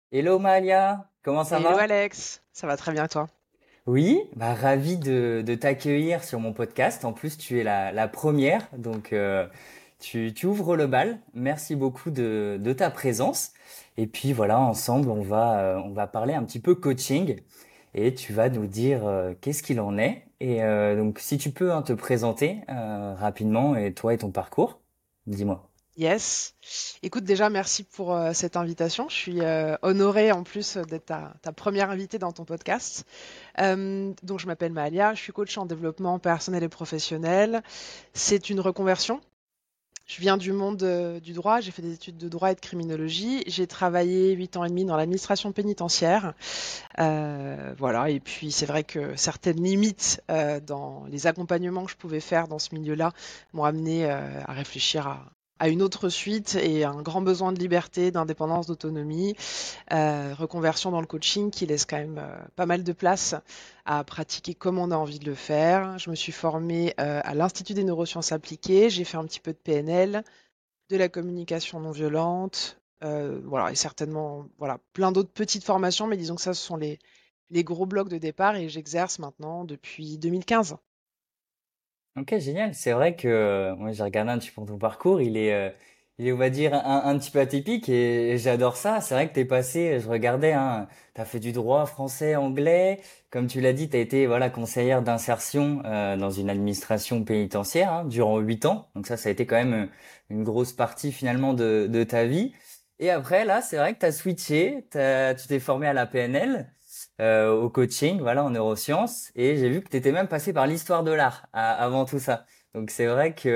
Hello Malia, comment ça Hello va? Alex, ça va très bien toi? Oui, bah ravi de t'accueillir sur mon podcast. En plus, tu es la première, donc tu ouvres le bal. Merci beaucoup de ta présence. Et puis voilà, ensemble, on va parler un petit peu coaching et tu vas nous dire qu'est-ce qu'il en est. Et donc, si tu peux hein, te présenter rapidement et toi et ton parcours, dis-moi. Yes. Écoute, déjà merci pour cette invitation. Je suis honorée en plus d'être ta première invitée dans ton podcast. Donc je m'appelle Mahalia, je suis coach en développement personnel et professionnel. C'est une reconversion. Je viens du monde du droit, j'ai fait des études de droit et de criminologie. J'ai travaillé 8 ans et demi dans l'administration pénitentiaire. Voilà, et puis c'est vrai que certaines limites dans les accompagnements que je pouvais faire dans ce milieu-là m'ont amené à réfléchir à une autre suite et un grand besoin de liberté, d'indépendance, d'autonomie, reconversion dans le coaching qui laisse quand même pas mal de place à pratiquer comme on a envie de le faire. Je me suis formée à l'Institut des neurosciences appliquées, j'ai fait un petit peu de PNL, de la communication non violente, voilà, et certainement, voilà, plein d'autres petites formations, mais disons que ça, ce sont les gros blocs de départ et j'exerce maintenant depuis 2015. Ok, génial. C'est vrai que moi j'ai regardé un petit peu ton parcours, il est on va dire un petit peu atypique et j'adore ça. C'est vrai que t'es passé, je regardais, hein, t'as fait du droit français, anglais, comme tu l'as dit, t'as été voilà conseillère d'insertion dans une administration pénitentiaire hein, durant 8 ans. Donc ça a été quand même une grosse partie finalement de ta vie. Et après là, c'est vrai que t'as switché, tu t'es formé à la PNL au coaching, voilà, en neurosciences. Et j'ai vu que tu étais même passé par l'histoire de l'art avant tout ça. Donc c'est vrai que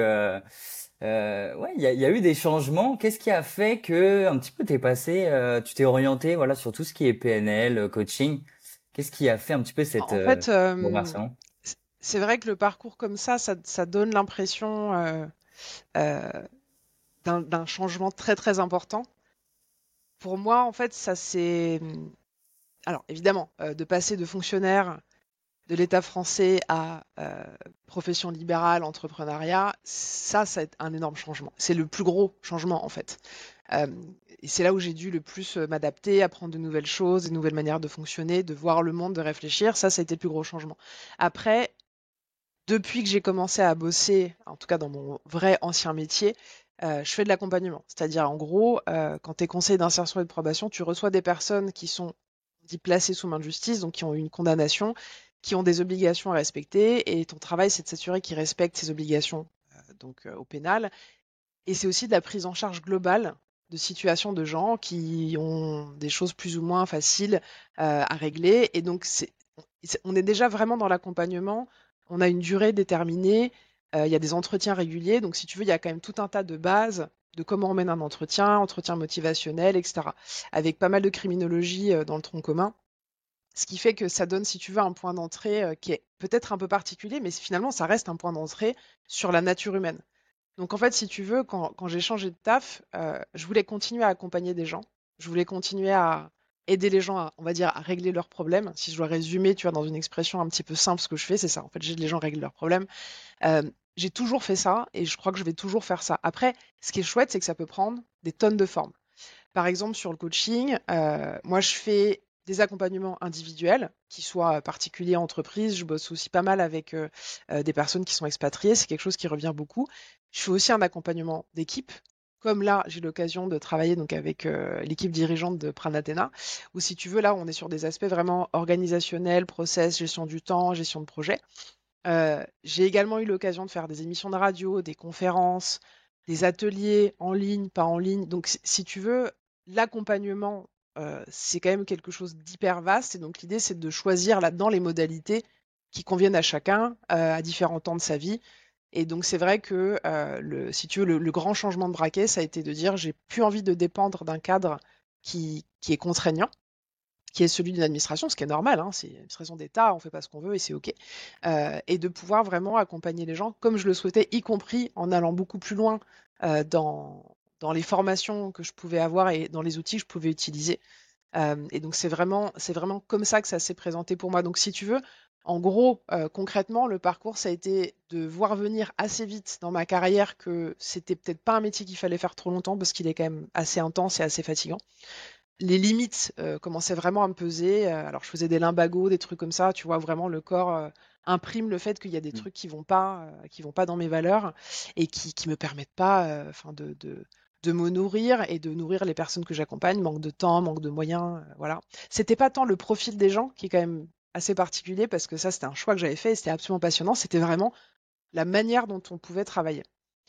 ouais, il y a eu des changements. Qu'est-ce qui a fait que un petit peu t'es passé, tu t'es orienté, voilà, sur tout ce qui est PNL, coaching. Qu'est-ce qui a fait un petit peu cette En fait, conversion? c'est vrai que le parcours comme ça donne l'impression euh, d'un changement très très important. Pour moi, en fait, ça c'est... Alors évidemment, de passer de fonctionnaire de l'État français à profession libérale, entrepreneuriat, ça a été un énorme changement. C'est le plus gros changement en fait. Euh, et c'est là où j'ai dû le plus m'adapter, apprendre de nouvelles choses, de nouvelles manières de fonctionner, de voir le monde, de réfléchir. Ça a été le plus gros changement. Après, depuis que j'ai commencé à bosser, en tout cas dans mon vrai ancien métier, je fais de l'accompagnement. C'est-à-dire, en gros, quand tu es conseiller d'insertion et de probation, tu reçois des personnes qui sont dit placées sous main de justice, donc qui ont eu une condamnation, qui ont des obligations à respecter, et ton travail, c'est de s'assurer qu'ils respectent ces obligations au pénal. Et c'est aussi de la prise en charge globale de situations de gens qui ont des choses plus ou moins faciles à régler. Et donc, on est déjà vraiment dans l'accompagnement. On a une durée déterminée. Il y a des entretiens réguliers. Donc, si tu veux, il y a quand même tout un tas de bases de comment on mène un entretien, entretien motivationnel, etc. Avec pas mal de criminologie dans le tronc commun. Ce qui fait que ça donne, si tu veux, un point d'entrée qui est peut-être un peu particulier, mais finalement, ça reste un point d'entrée sur la nature humaine. Donc en fait, si tu veux, quand j'ai changé de taf, je voulais continuer à accompagner des gens. Je voulais continuer à aider les gens à, on va dire, à régler leurs problèmes. Si je dois résumer, tu vois, dans une expression un petit peu simple, ce que je fais, c'est ça. En fait, j'aide les gens à régler leurs problèmes. J'ai toujours fait ça et je crois que je vais toujours faire ça. Après, ce qui est chouette, c'est que ça peut prendre des tonnes de formes. Par exemple, sur le coaching, moi, je fais des accompagnements individuels, qui soient particuliers, entreprises. Je bosse aussi pas mal avec des personnes qui sont expatriées. C'est quelque chose qui revient beaucoup. Je fais aussi un accompagnement d'équipe. Comme là, j'ai l'occasion de travailler donc avec l'équipe dirigeante de Pranathena, où si tu veux, là, on est sur des aspects vraiment organisationnels, process, gestion du temps, gestion de projet. J'ai également eu l'occasion de faire des émissions de radio, des conférences, des ateliers en ligne, pas en ligne. Donc, si tu veux, l'accompagnement, c'est quand même quelque chose d'hyper vaste. Et donc, l'idée, c'est de choisir là-dedans les modalités qui conviennent à chacun, à différents temps de sa vie. Et donc, c'est vrai que, si tu veux, le grand changement de braquet, ça a été de dire, j'ai plus envie de dépendre d'un cadre qui est contraignant, qui est celui d'une administration, ce qui est normal, hein, c'est une administration d'État, on fait pas ce qu'on veut et c'est OK. Et de pouvoir vraiment accompagner les gens comme je le souhaitais, y compris en allant beaucoup plus loin dans les formations que je pouvais avoir et dans les outils que je pouvais utiliser. Et donc c'est vraiment comme ça que ça s'est présenté pour moi. Donc si tu veux, en gros, concrètement, le parcours, ça a été de voir venir assez vite dans ma carrière que c'était peut-être pas un métier qu'il fallait faire trop longtemps parce qu'il est quand même assez intense et assez fatigant. les limites commençaient vraiment à me peser. Alors je faisais des limbagos, des trucs comme ça, tu vois, vraiment le corps imprime le fait qu'il y a des Mm. trucs qui vont pas dans mes valeurs et qui me permettent pas, enfin de me nourrir et de nourrir les personnes que j'accompagne. Manque de temps, manque de moyens, voilà. C'était pas tant le profil des gens qui est quand même assez particulier parce que ça c'était un choix que j'avais fait et c'était absolument passionnant. C'était vraiment la manière dont on pouvait travailler.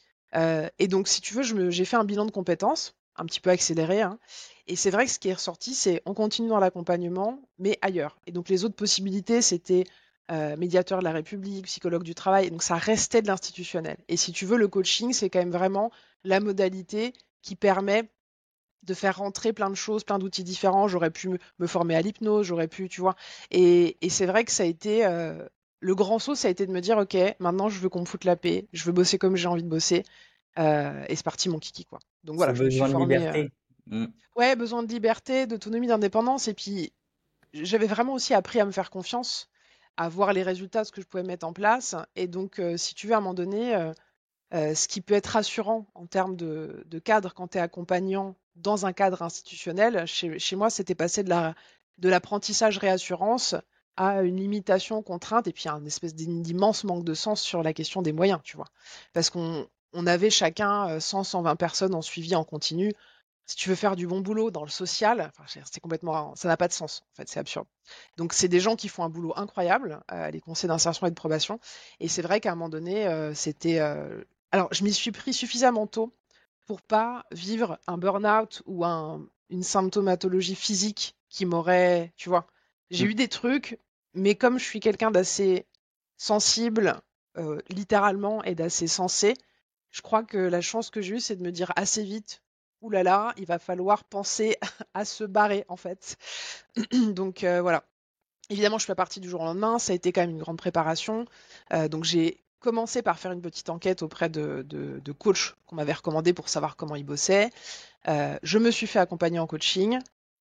Et donc, si tu veux, j'ai fait un bilan de compétences, un petit peu accéléré, hein. Et c'est vrai que ce qui est ressorti, c'est on continue dans l'accompagnement, mais ailleurs. Et donc, les autres possibilités, c'était médiateur de la République, psychologue du travail. Et donc, ça restait de l'institutionnel. Et si tu veux, le coaching, c'est quand même vraiment la modalité qui permet de faire rentrer plein de choses, plein d'outils différents. J'aurais pu me former à l'hypnose, j'aurais pu, tu vois. Et c'est vrai que ça a été le grand saut, ça a été de me dire, ok, maintenant je veux qu'on me foute la paix, je veux bosser comme j'ai envie de bosser. Et c'est parti mon kiki, quoi. Donc Ce voilà, je me suis besoin de formée. liberté. Mm. Ouais, besoin de liberté, d'autonomie, d'indépendance. Et puis, j'avais vraiment aussi appris à me faire confiance, à voir les résultats de ce que je pouvais mettre en place. Et donc, si tu veux, à un moment donné, ce qui peut être rassurant en termes de cadre quand tu es accompagnant dans un cadre institutionnel, chez moi, c'était passé de l'apprentissage réassurance à une limitation, contrainte, et puis un espèce d'immense manque de sens sur la question des moyens, tu vois. Parce qu'on avait chacun 100, 120 personnes en suivi en continu. Si tu veux faire du bon boulot dans le social, enfin, c'est complètement, ça n'a pas de sens. En fait, c'est absurde. Donc, c'est des gens qui font un boulot incroyable, les conseils d'insertion et de probation. Et c'est vrai qu'à un moment donné, c'était. Alors, je m'y suis pris suffisamment tôt pour pas vivre un burn-out ou une symptomatologie physique qui m'aurait, tu vois. J'ai Mm. eu des trucs, mais comme je suis quelqu'un d'assez sensible, littéralement, et d'assez sensé, je crois que la chance que j'ai eue, c'est de me dire assez vite, ouh là là, il va falloir penser à se barrer, en fait. Donc voilà. Évidemment, je suis pas partie du jour au lendemain, ça a été quand même une grande préparation. Donc j'ai commencé par faire une petite enquête auprès de coachs qu'on m'avait recommandés pour savoir comment ils bossaient. Je me suis fait accompagner en coaching,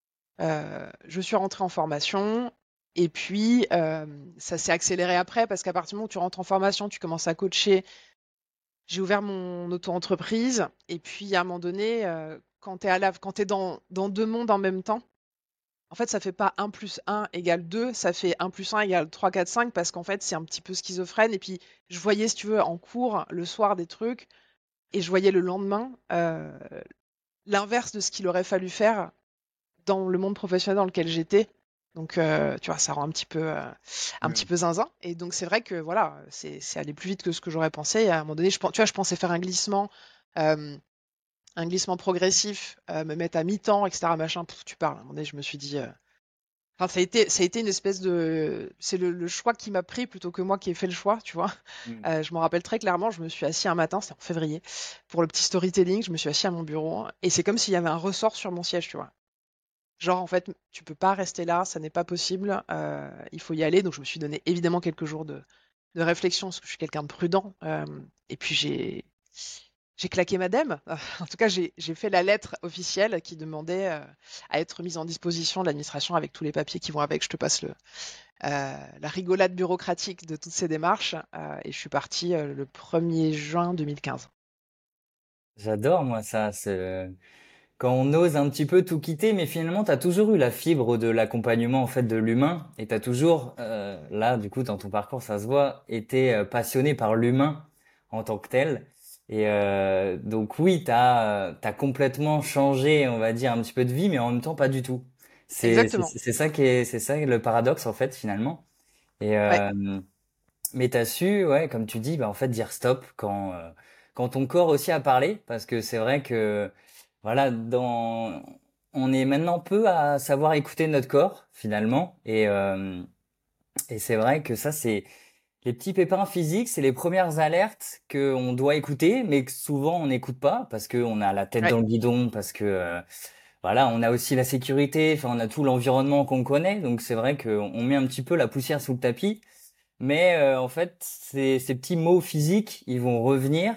je suis rentrée en formation, et puis ça s'est accéléré après parce qu'à partir du moment où tu rentres en formation, tu commences à coacher. J'ai ouvert mon auto-entreprise, et puis à un moment donné, quand tu es, quand t'es dans deux mondes en même temps, en fait, ça fait pas un plus un égale 2, ça fait un plus un égale 3, 4, 5, parce qu'en fait, c'est un petit peu schizophrène. Et puis, je voyais, si tu veux, en cours, le soir, des trucs, et je voyais le lendemain l'inverse de ce qu'il aurait fallu faire dans le monde professionnel dans lequel j'étais. Donc, tu vois, ça rend un petit Mm. peu zinzin. Et donc, c'est vrai que, voilà, c'est allé plus vite que ce que j'aurais pensé. Et à un moment donné, tu vois, je pensais faire euh, un glissement progressif, me mettre à mi-temps, etc., machin. Pff, tu parles. À un moment donné, je me suis dit, enfin, ça a été une espèce de. C'est le choix qui m'a pris plutôt que moi qui ai fait le choix, tu vois. Mm. Je m'en rappelle très clairement, je me suis assis un matin, c'était en février, pour le petit storytelling, je me suis assis à mon bureau, et c'est comme s'il y avait un ressort sur mon siège, tu vois. Genre, en fait, tu peux pas rester là, ça n'est pas possible, il faut y aller. Donc, je me suis donné évidemment quelques jours de réflexion, parce que je suis quelqu'un de prudent. Et puis, j'ai claqué madame. En tout cas, j'ai fait la lettre officielle qui demandait à être mise en disposition de l'administration avec tous les papiers qui vont avec. Je te passe la rigolade bureaucratique de toutes ces démarches. Et je suis partie le 1er juin 2015. J'adore, moi, ça. Quand on ose un petit peu tout quitter, mais finalement, tu as toujours eu la fibre de l'accompagnement en fait de l'humain, et tu as toujours, là, du coup, dans ton parcours, ça se voit, été passionné par l'humain en tant que tel. Et donc oui, t'as complètement changé, on va dire, un petit peu de vie, mais en même temps, pas du tout. Exactement. C'est ça c'est ça le paradoxe en fait finalement. Et Ouais, mais t'as su, ouais, comme tu dis, bah en fait dire stop quand ton corps aussi a parlé, parce que c'est vrai que voilà, on est maintenant peu à savoir écouter notre corps finalement, et c'est vrai que ça c'est les petits pépins physiques, c'est les premières alertes que on doit écouter, mais que souvent on n'écoute pas parce que on a la tête ouais, dans le guidon, parce que voilà, on a aussi la sécurité, enfin on a tout l'environnement qu'on connaît, donc c'est vrai qu'on met un petit peu la poussière sous le tapis. Mais en fait, ces petits mots physiques, ils vont revenir.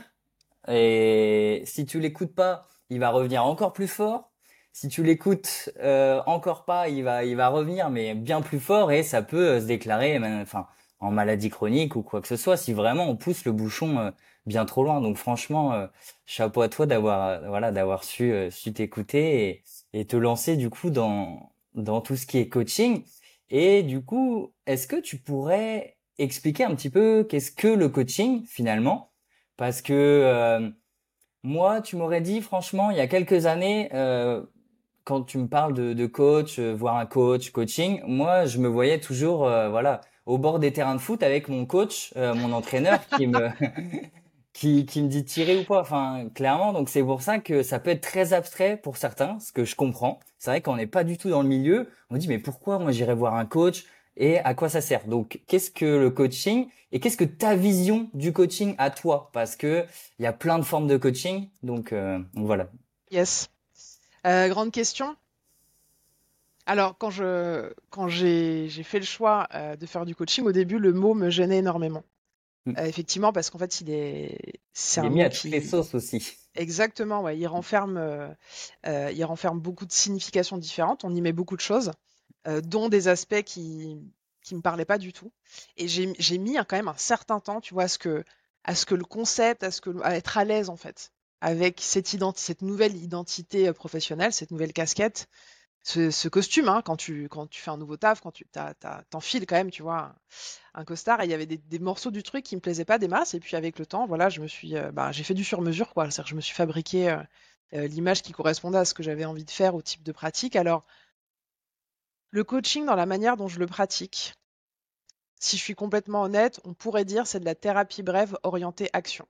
Et si tu l'écoutes pas, il va revenir encore plus fort. Si tu l'écoutes encore pas, il va revenir, mais bien plus fort. Et ça peut se déclarer, enfin, en maladie chronique ou quoi que ce soit, si vraiment on pousse le bouchon bien trop loin. Donc franchement, chapeau à toi d'avoir, voilà, d'avoir su t'écouter et te lancer du coup dans tout ce qui est coaching. Et du coup, est-ce que tu pourrais expliquer un petit peu qu'est-ce que le coaching finalement? Parce que moi, tu m'aurais dit franchement, il y a quelques années, quand tu me parles de coach, voir un coach, coaching, moi, je me voyais toujours, voilà, au bord des terrains de foot avec mon coach, mon entraîneur qui me qui me dit de tirer ou pas. Enfin, clairement, donc c'est pour ça que ça peut être très abstrait pour certains, ce que je comprends. C'est vrai qu'on n'est pas du tout dans le milieu. On dit mais pourquoi moi j'irais voir un coach et à quoi ça sert? Donc, qu'est-ce que le coaching et qu'est-ce que ta vision du coaching à toi? Parce que il y a plein de formes de coaching, donc voilà. Yes. Grande question. Alors, quand j'ai fait le choix de faire du coaching, au début, le mot me gênait énormément. Effectivement, parce qu'en fait, c'est Il est un mis mot à toutes les qui, sauces aussi. exactement, ouais, il renferme beaucoup de significations différentes. On y met beaucoup de choses, dont des aspects qui me parlaient pas du tout. Et j'ai mis quand même un certain temps, tu vois, à ce que le concept, à être à l'aise en fait avec cette nouvelle identité professionnelle, cette nouvelle casquette, ce costume, hein, quand tu fais un nouveau taf, quand t'enfiles quand même, tu vois, un costard. Et il y avait des morceaux du truc qui me plaisaient pas des masses. Et puis avec le temps, voilà, j'ai fait du sur-mesure, quoi. C'est-à-dire que je me suis fabriqué l'image qui correspondait à ce que j'avais envie de faire, au type de pratique. Alors, le coaching, dans la manière dont je le pratique, si je suis complètement honnête, on pourrait dire c'est de la thérapie brève orientée action.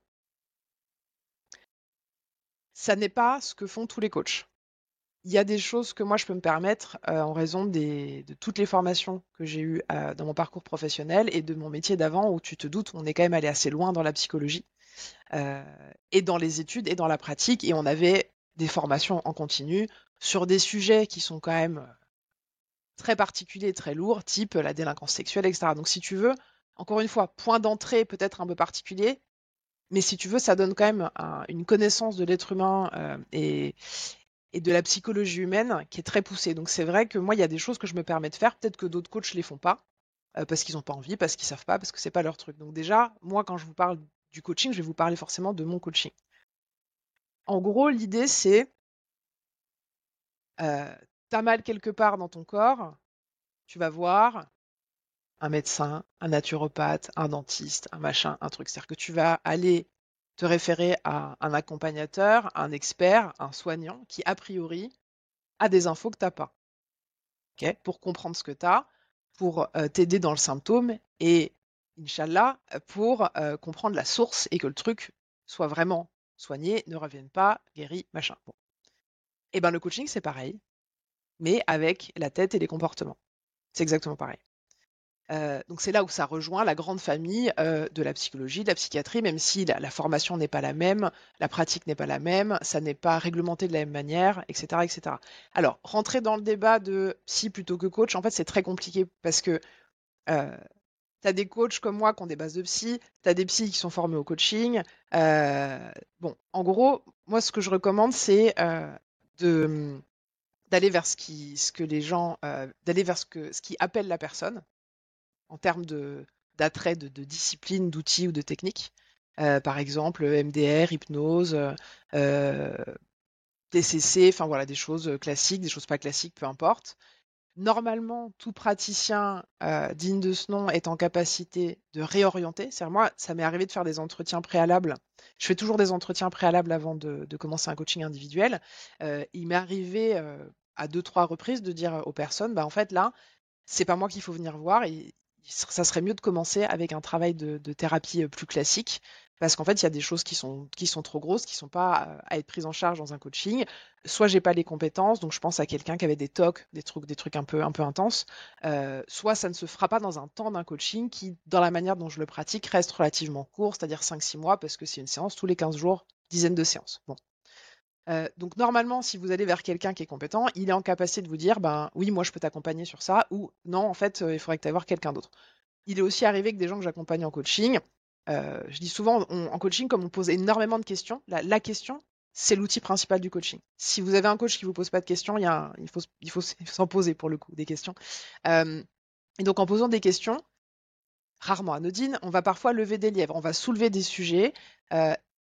Ça n'est pas ce que font tous les coachs. Il y a des choses que moi je peux me permettre en raison de toutes les formations que j'ai eues dans mon parcours professionnel et de mon métier d'avant, où tu te doutes, on est quand même allé assez loin dans la psychologie, euh, et dans les études et dans la pratique, et on avait des formations en continu sur des sujets qui sont quand même très particuliers, très lourds, type la délinquance sexuelle, etc. Donc si tu veux, encore une fois, point d'entrée peut-être un peu particulier, mais si tu veux, ça donne quand même une connaissance de l'être humain et de la psychologie humaine qui est très poussée. Donc c'est vrai que moi, il y a des choses que je me permets de faire, peut-être que d'autres coachs les font pas, parce qu'ils n'ont pas envie, parce qu'ils savent pas, parce que c'est pas leur truc. Donc déjà, moi, quand je vous parle du coaching, je vais vous parler forcément de mon coaching. En gros, l'idée, c'est, t'as mal quelque part dans ton corps, tu vas voir un médecin, un naturopathe, un dentiste, un machin, un truc. C'est-à-dire que tu vas aller te référer à un accompagnateur, un expert, un soignant qui, a priori, a des infos que t'as pas. Ok, pour comprendre ce que tu as, pour t'aider dans le symptôme et, Inch'Allah, pour comprendre la source et que le truc soit vraiment soigné, ne revienne pas, guéri, machin. Bon. Et ben le coaching, c'est pareil, mais avec la tête et les comportements. C'est exactement pareil. Donc c'est là où ça rejoint la grande famille de la psychologie, de la psychiatrie, même si la formation n'est pas la même, la pratique n'est pas la même, ça n'est pas réglementé de la même manière, etc., etc. Alors, rentrer dans le débat de psy plutôt que coach, en fait, c'est très compliqué parce que tu as des coachs comme moi qui ont des bases de psy, tu as des psys qui sont formés au coaching. Bon, en gros, moi, ce que je recommande, c'est de d'aller vers ce que les gens, d'aller vers ce qui appelle la personne en termes d'attrait, de discipline, d'outils ou de techniques. Par exemple, MDR, hypnose, euh, TCC, enfin voilà, des choses classiques, des choses pas classiques, peu importe. Normalement, tout praticien digne de ce nom est en capacité de réorienter. C'est-à-dire, moi, ça m'est arrivé de faire des entretiens préalables. Je fais toujours des entretiens préalables avant de commencer un coaching individuel. Il m'est arrivé à deux, trois reprises de dire aux personnes, bah, en fait, là, c'est pas moi qu'il faut venir voir et ça serait mieux de commencer avec un travail de thérapie plus classique parce qu'en fait, il y a des choses qui sont trop grosses, qui sont pas à être prises en charge dans un coaching. Soit j'ai pas les compétences, donc je pense à quelqu'un qui avait des TOC, des trucs un peu intenses. Soit ça ne se fera pas dans un temps d'un coaching qui, dans la manière dont je le pratique, reste relativement court, c'est-à-dire 5-6 mois, parce que c'est une séance tous les 15 jours, dizaines de séances. Bon. Donc normalement, si vous allez vers quelqu'un qui est compétent, il est en capacité de vous dire, ben oui, moi je peux t'accompagner sur ça, ou non, en fait, il faudrait que tu ailles voir quelqu'un d'autre. Il est aussi arrivé que des gens que j'accompagne en coaching, je dis souvent en coaching, comme on pose énormément de questions, la question, c'est l'outil principal du coaching. Si vous avez un coach qui vous pose pas de questions, il faut s'en poser pour le coup des questions. Euh, et donc en posant des questions, rarement anodines, on va parfois lever des lièvres, on va soulever des sujets,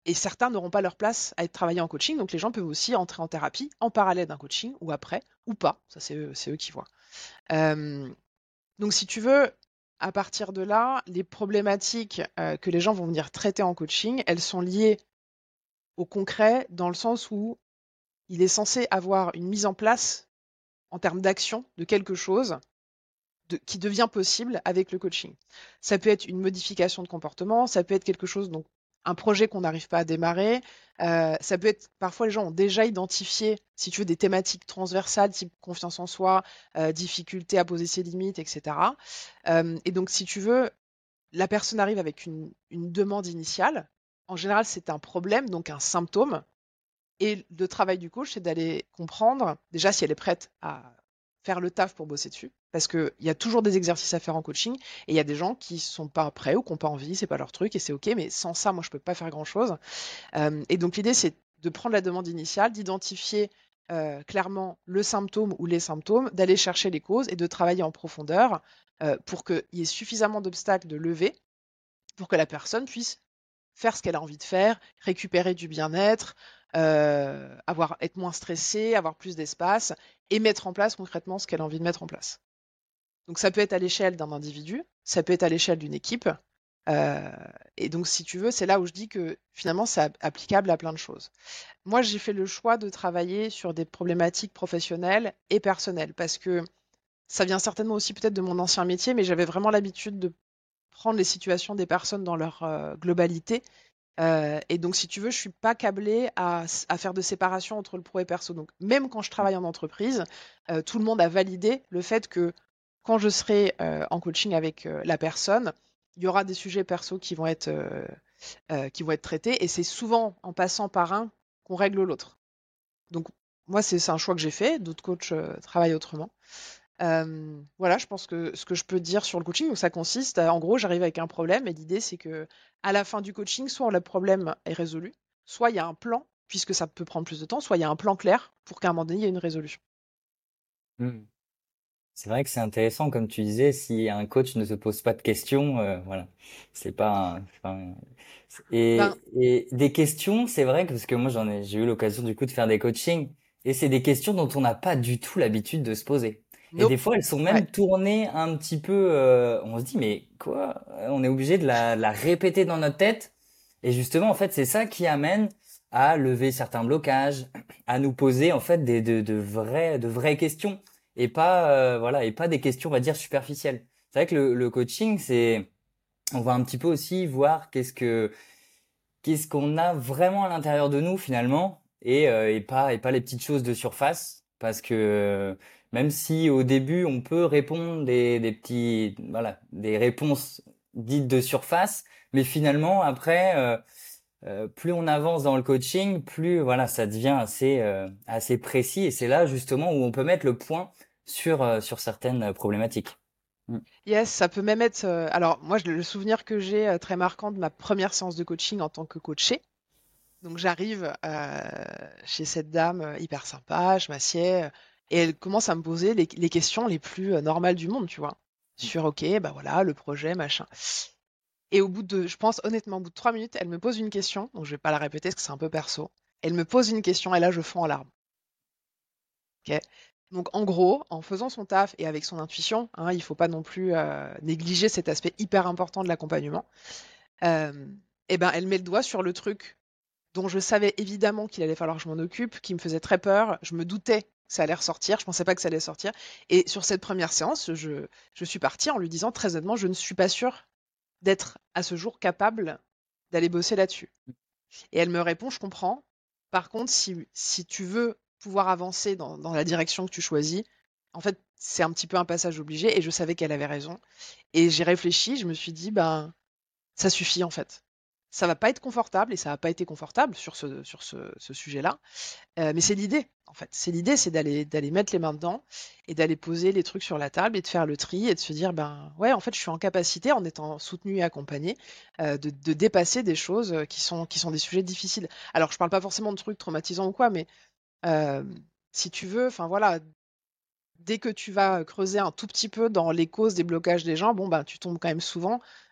Et certains n'auront pas leur place à être travaillés en coaching, donc les gens peuvent aussi entrer en thérapie en parallèle d'un coaching ou après, ou pas. Ça, c'est eux qui voient. Euh, donc, si tu veux, à partir de là, les problématiques que les gens vont venir traiter en coaching, elles sont liées au concret dans le sens où il est censé avoir une mise en place en termes d'action de quelque chose qui devient possible avec le coaching. Ça peut être une modification de comportement, ça peut être quelque chose, donc un projet qu'on n'arrive pas à démarrer, ça peut être, parfois les gens ont déjà identifié, si tu veux, des thématiques transversales, type confiance en soi, difficulté à poser ses limites, etc. Et donc, si tu veux, la personne arrive avec une demande initiale. En général, c'est un problème, donc un symptôme. Et le travail du coach, c'est d'aller comprendre déjà si elle est prête à faire le taf pour bosser dessus. Parce qu'il y a toujours des exercices à faire en coaching et il y a des gens qui sont pas prêts ou qui n'ont pas envie, c'est pas leur truc et c'est ok, mais sans ça, moi, je peux pas faire grand chose. Et donc, l'idée, c'est de prendre la demande initiale, d'identifier clairement le symptôme ou les symptômes, d'aller chercher les causes et de travailler en profondeur pour qu'il y ait suffisamment d'obstacles de lever pour que la personne puisse faire ce qu'elle a envie de faire, récupérer du bien-être, être moins stressée, avoir plus d'espace et mettre en place concrètement ce qu'elle a envie de mettre en place. Donc ça peut être à l'échelle d'un individu, ça peut être à l'échelle d'une équipe. euh, et donc si tu veux, c'est là où je dis que finalement c'est applicable à plein de choses. Moi, j'ai fait le choix de travailler sur des problématiques professionnelles et personnelles parce que ça vient certainement aussi peut-être de mon ancien métier, mais j'avais vraiment l'habitude de prendre les situations des personnes dans leur globalité. Et donc, si tu veux, je suis pas câblée à faire de séparation entre le pro et perso. Donc, même quand je travaille en entreprise, tout le monde a validé le fait que quand je serai en coaching avec la personne, il y aura des sujets perso qui vont être traités. Et c'est souvent en passant par un qu'on règle l'autre. Donc, moi, c'est un choix que j'ai fait. D'autres coachs travaillent autrement. Voilà, je pense que ce que je peux dire sur le coaching, donc ça consiste en gros, j'arrive avec un problème et l'idée c'est que à la fin du coaching, soit le problème est résolu, soit il y a un plan, puisque ça peut prendre plus de temps, soit il y a un plan clair pour qu'à un moment donné, il y ait une résolution. Hmm. C'est vrai que c'est intéressant, comme tu disais, si un coach ne se pose pas de questions, voilà, c'est pas Ben, et des questions, c'est vrai que parce que moi j'ai eu l'occasion du coup de faire des coachings et c'est des questions dont on n'a pas du tout l'habitude de se poser. Et des nope. fois, elles sont Ouais. même tournées un petit peu, on se dit mais quoi? On est obligé de la répéter dans notre tête. Et justement, en fait, c'est ça qui amène à lever certains blocages, à nous poser en fait de vraies questions et pas voilà et pas des questions on va dire superficielles. C'est vrai que le coaching c'est on va un petit peu aussi voir qu'est-ce qu'on a vraiment à l'intérieur de nous finalement et pas les petites choses de surface parce que même si au début on peut répondre des petits voilà des réponses dites de surface mais finalement après plus on avance dans le coaching plus voilà ça devient assez précis et c'est là justement où on peut mettre le point sur certaines problématiques. Mm. Yes, ça peut même être. Alors, moi, le souvenir que j'ai très marquant de ma première séance de coaching en tant que coachée. Donc, j'arrive chez cette dame hyper sympa, je m'assieds et elle commence à me poser les questions les plus normales du monde, tu vois. Sur, ok, bah voilà, le projet, machin. Et au bout de, je pense honnêtement, au bout de 3 minutes, elle me pose une question, donc je vais pas la répéter parce que c'est un peu perso. Elle me pose une question et là, je fonds en larmes. Ok. Donc en gros, en faisant son taf et avec son intuition, hein, il faut pas non plus négliger cet aspect hyper important de l'accompagnement. euh, et ben, elle met le doigt sur le truc dont je savais évidemment qu'il allait falloir que je m'en occupe, qui me faisait très peur. Je me doutais que ça allait ressortir, je pensais pas que ça allait sortir. Et sur cette première séance, je suis partie en lui disant très honnêtement, je ne suis pas sûre d'être à ce jour capable d'aller bosser là-dessus. Et elle me répond, je comprends. Par contre, si tu veux pouvoir avancer dans la direction que tu choisis, en fait, c'est un petit peu un passage obligé. Et je savais qu'elle avait raison. Et j'ai réfléchi, je me suis dit, ben, ça suffit en fait. Ça va pas être confortable et ça va pas été confortable sur ce sujet-là. Mais c'est l'idée, en fait. C'est l'idée, c'est d'aller mettre les mains dedans et d'aller poser les trucs sur la table et de faire le tri et de se dire, ben ouais, en fait, je suis en capacité, en étant soutenu et accompagné, de dépasser des choses qui sont des sujets difficiles. Alors, je parle pas forcément de trucs traumatisants ou quoi, mais euh, si tu veux, enfin voilà, dès que tu vas creuser un tout petit peu dans les causes des blocages des gens, bon, ben, tu tombes quand même souvent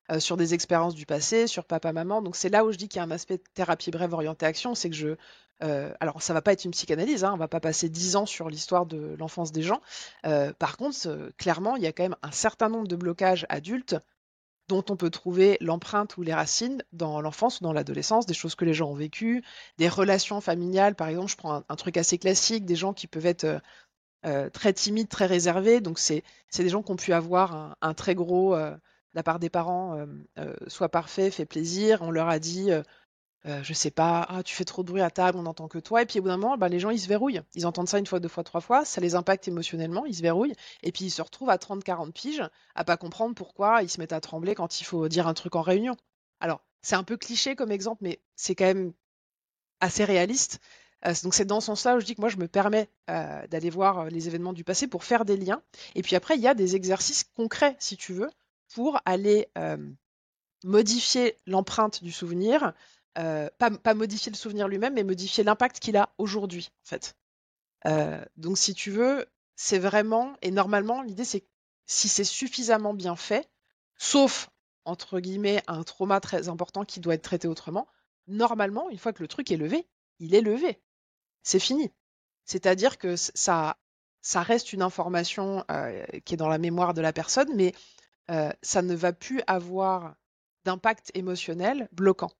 sur des expériences du passé, sur papa-maman. Donc c'est là où je dis qu'il y a un aspect thérapie brève orientée action, c'est que alors ça va pas être une psychanalyse, hein, on va pas passer 10 ans sur l'histoire de l'enfance des gens. Par contre, clairement, il y a quand même un certain nombre de blocages adultes dont on peut trouver l'empreinte ou les racines dans l'enfance ou dans l'adolescence, des choses que les gens ont vécues, des relations familiales. Par exemple, je prends un truc assez classique, des gens qui peuvent être très timides, très réservés. Donc, c'est des gens qui ont pu avoir un très gros, de la part des parents, soit parfait, fait plaisir. On leur a dit, je sais pas, ah, tu fais trop de bruit à table, on n'entend que toi. Et puis, au bout d'un moment, bah, les gens, ils se verrouillent. Ils entendent ça une fois, deux fois, trois fois. Ça les impacte émotionnellement, ils se verrouillent. Et puis, ils se retrouvent à 30, 40 piges à pas comprendre pourquoi ils se mettent à trembler quand il faut dire un truc en réunion. Alors, c'est un peu cliché comme exemple, mais c'est quand même assez réaliste. Donc c'est dans ce sens-là où je dis que moi je me permets d'aller voir les événements du passé pour faire des liens. Et puis après, il y a des exercices concrets, si tu veux, pour aller modifier l'empreinte du souvenir. Pas modifier le souvenir lui-même, mais modifier l'impact qu'il a aujourd'hui, en fait. Donc si tu veux, c'est vraiment, et normalement, l'idée c'est que si c'est suffisamment bien fait, sauf, entre guillemets, un trauma très important qui doit être traité autrement, normalement, une fois que le truc est levé, il est levé. C'est fini. C'est-à-dire que ça reste une information qui est dans la mémoire de la personne, mais ça ne va plus avoir d'impact émotionnel bloquant.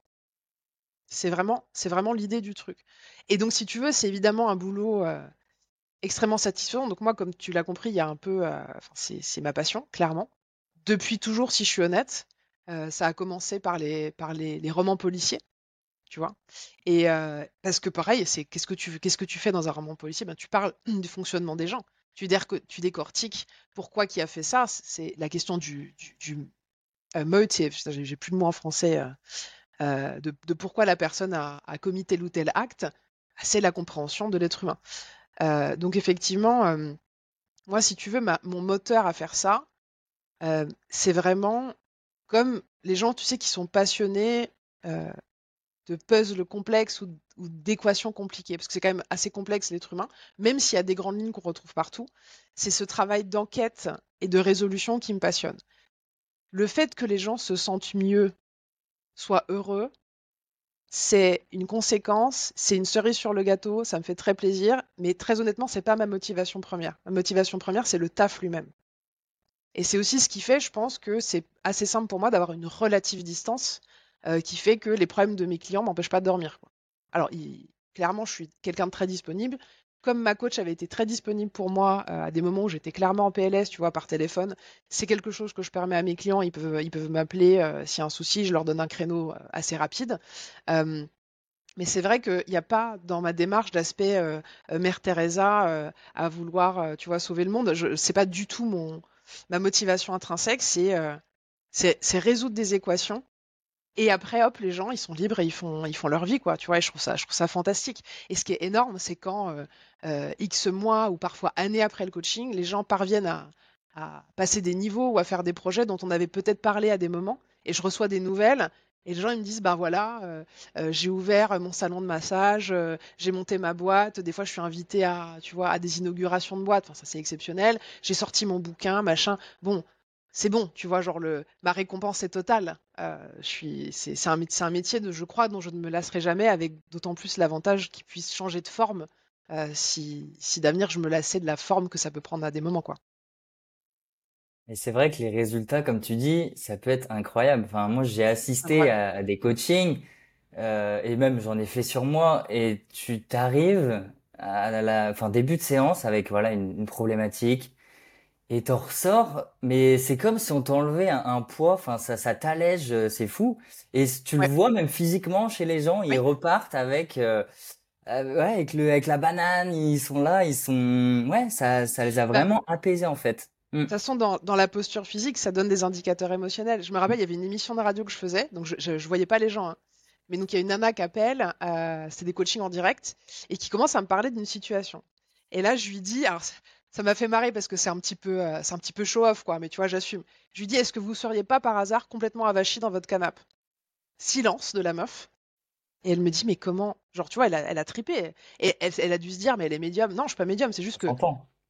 C'est vraiment l'idée du truc. Et donc, si tu veux, c'est évidemment un boulot extrêmement satisfaisant. Donc moi, comme tu l'as compris, il y a un peu, enfin, c'est ma passion, clairement. Depuis toujours, si je suis honnête, ça a commencé par les romans policiers, tu vois. Et parce que pareil, c'est qu'est-ce que tu fais dans un roman policier? Ben, tu parles du fonctionnement des gens. Tu décortiques pourquoi qui a fait ça. C'est la question du motive. Putain, j'ai plus de mots en français. De pourquoi la personne a commis tel ou tel acte. C'est la compréhension de l'être humain. Donc effectivement, moi, si tu veux, mon moteur à faire ça, c'est vraiment comme les gens, tu sais, qui sont passionnés euh, de puzzles complexes ou d'équations compliquées, parce que c'est quand même assez complexe l'être humain, même s'il y a des grandes lignes qu'on retrouve partout, c'est ce travail d'enquête et de résolution qui me passionne. Le fait que les gens se sentent mieux, soient heureux, c'est une conséquence, c'est une cerise sur le gâteau, ça me fait très plaisir, mais très honnêtement, c'est pas ma motivation première. Ma motivation première, c'est le taf lui-même. Et c'est aussi ce qui fait, je pense, que c'est assez simple pour moi d'avoir une relative distance qui fait que les problèmes de mes clients m'empêchent pas de dormir, quoi. Alors, clairement, je suis quelqu'un de très disponible. Comme ma coach avait été très disponible pour moi à des moments où j'étais clairement en PLS, tu vois, par téléphone, c'est quelque chose que je permets à mes clients. Ils peuvent m'appeler s'il y a un souci, je leur donne un créneau assez rapide. Euh, mais c'est vrai qu'il n'y a pas dans ma démarche d'aspect Mère Teresa à vouloir, tu vois, sauver le monde. C'est pas du tout ma motivation intrinsèque. C'est résoudre des équations. Et après, hop, les gens, ils sont libres et ils font leur vie, quoi. Tu vois, et je trouve ça fantastique. Et ce qui est énorme, c'est quand X mois ou parfois années après le coaching, les gens parviennent à passer des niveaux ou à faire des projets dont on avait peut-être parlé à des moments. Et je reçois des nouvelles. Et les gens, ils me disent, bah voilà, j'ai ouvert mon salon de massage, j'ai monté ma boîte. Des fois, je suis invitée à, tu vois, à des inaugurations de boîtes. Enfin, ça, c'est exceptionnel. J'ai sorti mon bouquin, machin. Bon, c'est bon, tu vois, genre ma récompense est totale. C'est un métier je crois, dont je ne me lasserai jamais, avec d'autant plus l'avantage qu'il puisse changer de forme si d'avenir je me lassais de la forme que ça peut prendre à des moments, quoi. Et c'est vrai que les résultats, comme tu dis, ça peut être incroyable. Enfin, moi, j'ai assisté Incroyable. à des coachings et même j'en ai fait sur moi. Et tu t'arrives à enfin, début de séance avec voilà une problématique et t'en ressors, mais c'est comme si on t'enlevait un poids. Enfin, ça t'allège, c'est fou. Et tu le Ouais, vois même physiquement chez les gens, ils oui. repartent avec ouais, avec la banane, ils sont là, ils sont ouais, ça les a Bah, vraiment apaisés en fait. Mm. de toute façon, dans la posture physique, ça donne des indicateurs émotionnels. Je me rappelle, il y avait une émission de radio que je faisais, donc je voyais pas les gens, hein. Mais donc, il y a une nana qui appelle, c'est des coachings en direct, et qui commence à me parler d'une situation. Et là, je lui dis, alors ça m'a fait marrer parce que c'est un petit peu show-off, quoi, mais tu vois, j'assume. Je lui dis, est-ce que vous seriez pas par hasard complètement avachi dans votre canapé? Silence de la meuf. Et elle me dit, mais comment? Genre, tu vois, elle a trippé. Et elle a dû se dire, mais elle est médium. Non, je suis pas médium, c'est juste Ça que s'entend.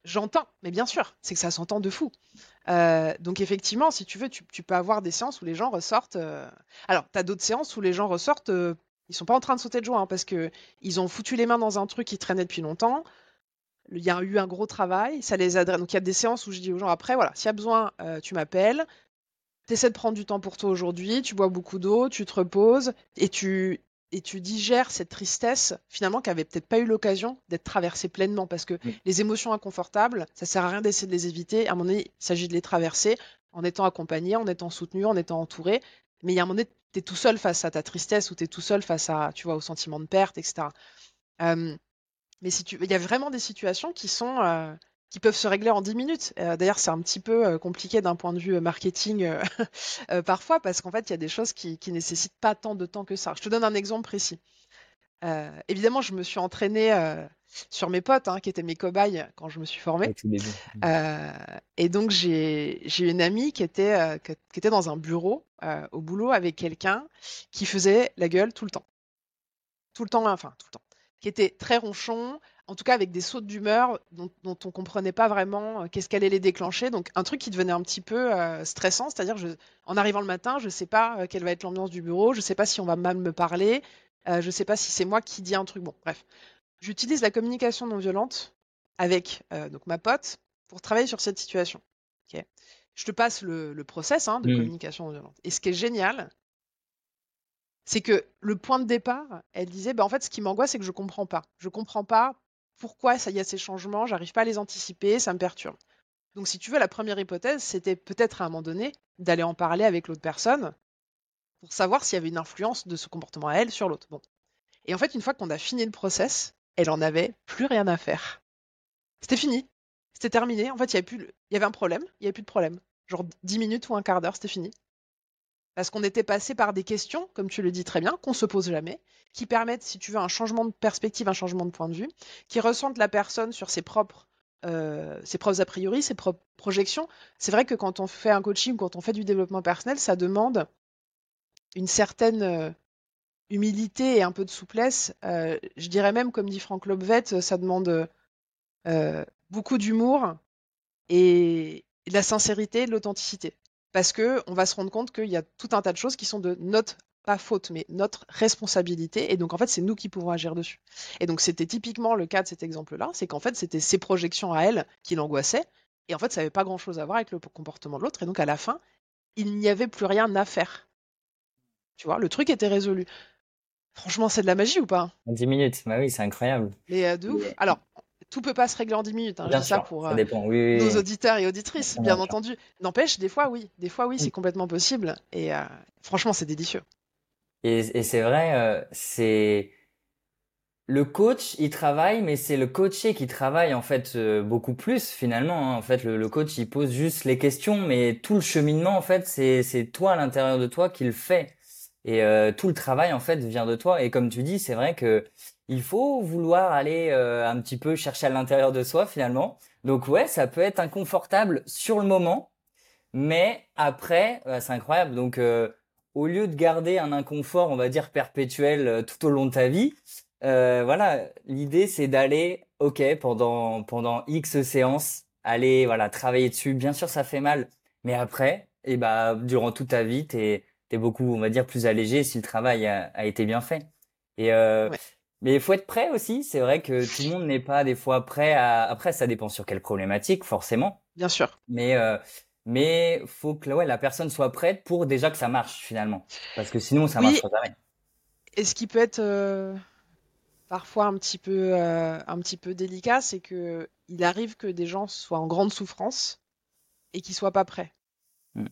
J'entends, mais bien sûr, c'est que ça s'entend de fou. Donc effectivement, si tu veux, tu peux avoir des séances où les gens ressortent. Alors, tu as d'autres séances où les gens ressortent, ils sont pas en train de sauter de joie, hein, parce que ils ont foutu les mains dans un truc qui traînait depuis longtemps. Il y a eu un gros travail, ça les adresse. Donc il y a des séances où je dis aux gens après, voilà, s'il y a besoin, tu m'appelles. Tu essaies de prendre du temps pour toi aujourd'hui, tu bois beaucoup d'eau, tu te reposes et tu digères cette tristesse finalement qui avait peut-être pas eu l'occasion d'être traversée pleinement parce que Mm. les émotions inconfortables, ça sert à rien d'essayer de les éviter. À un moment donné, il s'agit de les traverser en étant accompagné, en étant soutenu, en étant entouré. Mais il y a un moment donné, tu es tout seul face à ta tristesse ou tu es tout seul face à, tu vois, au sentiment de perte, etc. Euh, mais si il y a vraiment des situations qui peuvent se régler en 10 minutes. D'ailleurs, c'est un petit peu compliqué d'un point de vue marketing parfois parce qu'en fait, il y a des choses qui nécessitent pas tant de temps que ça. Je te donne un exemple précis. Évidemment, je me suis entraînée sur mes potes, hein, qui étaient mes cobayes quand je me suis formée. Au tout début. Euh, et donc, j'ai une amie qui était dans un bureau au boulot avec quelqu'un qui faisait la gueule tout le temps. Tout le temps, enfin tout le temps, qui était très ronchon, en tout cas avec des sautes d'humeur dont on comprenait pas vraiment qu'est-ce qu'elle allait les déclencher. Donc un truc qui devenait un petit peu stressant, c'est-à-dire en arrivant le matin, je sais pas quelle va être l'ambiance du bureau, je sais pas si on va mal me parler, je sais pas si c'est moi qui dis un truc. Bon, bref, j'utilise la communication non violente avec donc ma pote pour travailler sur cette situation. Ok. Je te passe le process de Mm. communication non violente. Et ce qui est génial, c'est que le point de départ, elle disait, bah, en fait, ce qui m'angoisse, c'est que je comprends pas. Je comprends pas pourquoi ça y a ces changements, j'arrive pas à les anticiper, ça me perturbe. Donc, si tu veux, la première hypothèse, c'était peut-être à un moment donné d'aller en parler avec l'autre personne pour savoir s'il y avait une influence de ce comportement à elle sur l'autre. Bon. Et en fait, une fois qu'on a fini le process, elle en avait plus rien à faire. C'était fini. C'était terminé. En fait, il y avait un problème, il n'y avait plus de problème. Genre 10 minutes ou un quart d'heure, c'était fini. Parce qu'on était passé par des questions, comme tu le dis très bien, qu'on se pose jamais, qui permettent, si tu veux, un changement de perspective, un changement de point de vue, qui ressentent la personne sur ses propres a priori, ses propres projections. C'est vrai que quand on fait un coaching, quand on fait du développement personnel, ça demande une certaine humilité et un peu de souplesse. Je dirais même, comme dit Franck Lobvet, ça demande beaucoup d'humour et de la sincérité et de l'authenticité. Parce que on va se rendre compte qu'il y a tout un tas de choses qui sont de notre, pas faute, mais notre responsabilité. Et donc, en fait, c'est nous qui pouvons agir dessus. Et donc, c'était typiquement le cas de cet exemple-là. C'est qu'en fait, c'était ses projections à elle qui l'angoissaient. Et en fait, ça n'avait pas grand-chose à voir avec le comportement de l'autre. Et donc, à la fin, il n'y avait plus rien à faire. Tu vois, le truc était résolu. Franchement, c'est de la magie ou pas? En 10 minutes, bah oui, c'est incroyable. Mais de ouf. Alors, tout peut pas se régler en 10 minutes, hein. Je Bien dis ça sûr, pour ça dépend. Oui, nos oui, auditeurs et auditrices, oui, bien bien sûr. entendu. N'empêche, des fois, oui. Des fois, oui, Mm. c'est complètement possible. Et franchement, c'est délicieux. Et c'est vrai, c'est le coach, il travaille, mais c'est le coaché qui travaille en fait beaucoup plus finalement, hein. En fait, le coach, il pose juste les questions, mais tout le cheminement, en fait, c'est toi à l'intérieur de toi qui le fait. Et tout le travail, en fait, vient de toi. Et comme tu dis, c'est vrai que il faut vouloir aller un petit peu chercher à l'intérieur de soi finalement. Donc ouais, ça peut être inconfortable sur le moment. Mais après, c'est incroyable. Donc, au lieu de garder un inconfort, on va dire perpétuel tout au long de ta vie, voilà, l'idée c'est d'aller, ok, pendant X séances, aller, voilà, travailler dessus. Bien sûr, ça fait mal, mais après, et bah, durant toute ta vie, t'es beaucoup, on va dire, plus allégé si le travail a été bien fait. Et Ouais, mais il faut être prêt aussi. C'est vrai que tout le monde n'est pas des fois prêt à. Après, ça dépend sur quelle problématique, forcément. bien sûr. Mais faut que ouais, la personne soit prête pour déjà que ça marche finalement, parce que sinon ça Oui, marchera jamais. et ce qui peut être parfois un petit peu délicat, c'est que il arrive que des gens soient en grande souffrance et qu'ils soient pas prêts. Mm.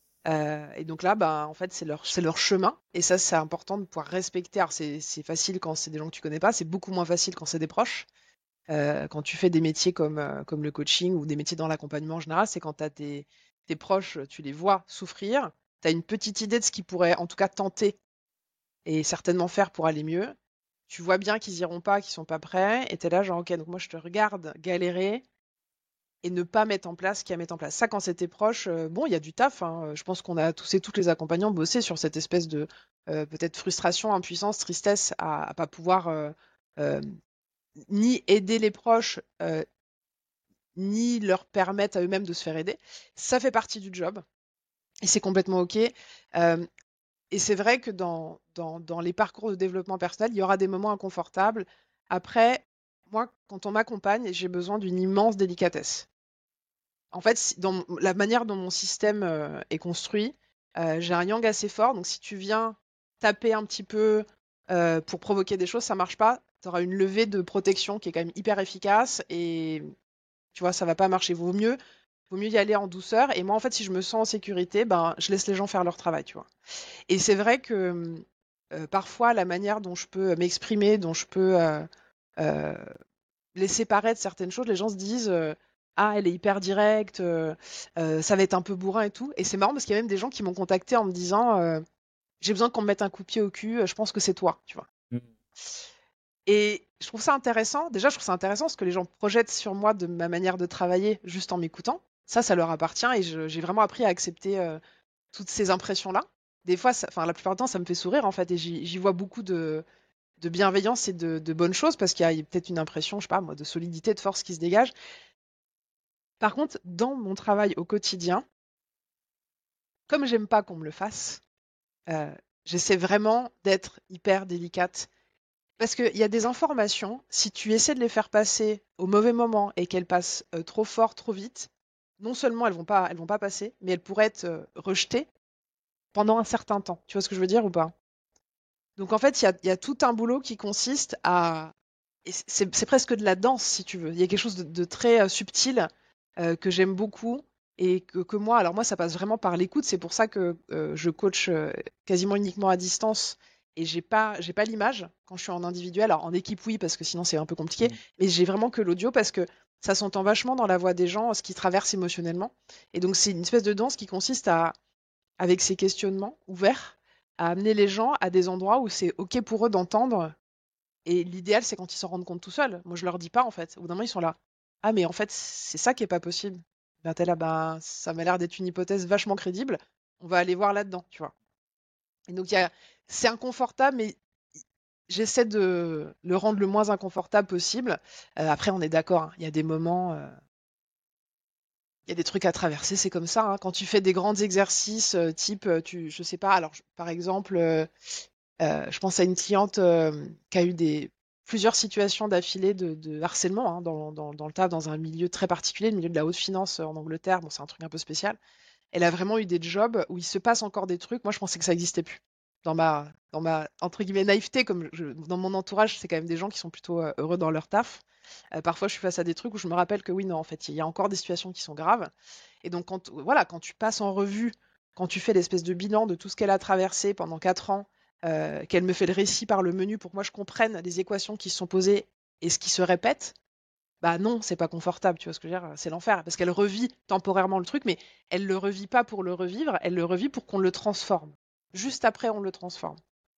Et donc là, bah, en fait, c'est leur chemin. Et ça, c'est important de pouvoir respecter. Alors, c'est facile quand c'est des gens que tu connais pas. C'est beaucoup moins facile quand c'est des proches. Quand tu fais des métiers comme le coaching ou des métiers dans l'accompagnement en général, c'est quand tu as tes proches, tu les vois souffrir, tu as une petite idée de ce qu'ils pourraient en tout cas tenter et certainement faire pour aller mieux. Tu vois bien qu'ils iront pas, qu'ils sont pas prêts, et tu es là genre, ok, donc moi je te regarde galérer et ne pas mettre en place ce qu'il y a à mettre en place. Ça, quand c'est tes proches, bon, il y a du taf, hein. Je pense qu'on a tous et toutes les accompagnants bossé sur cette espèce de peut-être frustration, impuissance, tristesse à pas pouvoir euh, ni aider les proches, ni leur permettent à eux-mêmes de se faire aider. Ça fait partie du job et c'est complètement OK. Euh, et c'est vrai que dans les parcours de développement personnel, il y aura des moments inconfortables. Après, moi, quand on m'accompagne, j'ai besoin d'une immense délicatesse. En fait, dans la manière dont mon système est construit, j'ai un yang assez fort. Donc, si tu viens taper un petit peu pour provoquer des choses, ça marche pas. Tu auras une levée de protection qui est quand même hyper efficace et tu vois, ça va pas marcher. Vaut mieux y aller en douceur. Et moi, en fait, si je me sens en sécurité, ben, je laisse les gens faire leur travail, tu vois. Et c'est vrai que parfois, la manière dont je peux m'exprimer, dont je peux euh, laisser paraître certaines choses, les gens se disent ah, elle est hyper directe, ça va être un peu bourrin et tout. Et c'est marrant parce qu'il y a même des gens qui m'ont contacté en me disant j'ai besoin qu'on me mette un coup de pied au cul, je pense que c'est toi, tu vois. Mm. Et je trouve ça intéressant. Déjà, je trouve ça intéressant ce que les gens projettent sur moi de ma manière de travailler juste en m'écoutant. Ça leur appartient et j'ai vraiment appris à accepter toutes ces impressions-là. Des fois, enfin, la plupart du temps, ça me fait sourire en fait et j'y vois beaucoup de bienveillance et de bonnes choses parce qu'il y a peut-être une impression, je sais pas moi, de solidité, de force qui se dégage. Par contre, dans mon travail au quotidien, comme j'aime pas qu'on me le fasse, euh, j'essaie vraiment d'être hyper délicate. Parce qu'il y a des informations, si tu essaies de les faire passer au mauvais moment et qu'elles passent trop fort, trop vite, non seulement elles vont pas passer, mais elles pourraient être rejetées pendant un certain temps. Tu vois ce que je veux dire ou pas? Donc en fait, il y a tout un boulot qui consiste à... et c'est presque de la danse, si tu veux. Il y a quelque chose de très subtil que j'aime beaucoup et que moi, alors moi, ça passe vraiment par l'écoute. C'est pour ça que je coach quasiment uniquement à distance et j'ai pas l'image quand je suis en individuel. Alors en équipe, oui, parce que sinon c'est un peu compliqué, Mm. mais j'ai vraiment que l'audio parce que ça s'entend vachement dans la voix des gens, ce qu'ils traversent émotionnellement. Et donc c'est une espèce de danse qui consiste à, avec ces questionnements ouverts, à amener les gens à des endroits où c'est OK pour eux d'entendre. Et l'idéal, c'est quand ils s'en rendent compte tout seuls. Moi, je leur dis pas, en fait. Au bout d'un moment, ils sont là. Ah, mais en fait, c'est ça qui est pas possible. Ben, t'es là, ben, ça m'a l'air d'être une hypothèse vachement crédible. On va aller voir là-dedans, tu vois. Et donc, c'est inconfortable, mais j'essaie de le rendre le moins inconfortable possible. Après, on est d'accord, hein, il y a des moments, il y a des trucs à traverser, c'est comme ça, hein. Quand tu fais des grands exercices, type, je sais pas, alors, par exemple, je pense à une cliente qui a eu plusieurs situations d'affilée de harcèlement hein, dans le taf, dans un milieu très particulier, le milieu de la haute finance en Angleterre. Bon, c'est un truc un peu spécial. Elle a vraiment eu des jobs où il se passe encore des trucs. Moi, je pensais que ça n'existait plus. Dans ma entre guillemets naïveté, dans mon entourage, c'est quand même des gens qui sont plutôt heureux dans leur taf. Parfois, je suis face à des trucs où je me rappelle que oui, non, en fait, il y a encore des situations qui sont graves. Et donc, voilà, quand tu passes en revue, quand tu fais l'espèce de bilan de tout ce qu'elle a traversé pendant 4 ans, qu'elle me fait le récit par le menu pour que moi je comprenne les équations qui se sont posées et ce qui se répète, bah non, c'est pas confortable, tu vois ce que je veux dire? C'est l'enfer. Parce qu'elle revit temporairement le truc, mais elle le revit pas pour le revivre, elle le revit pour qu'on le transforme. Juste après, on le transforme.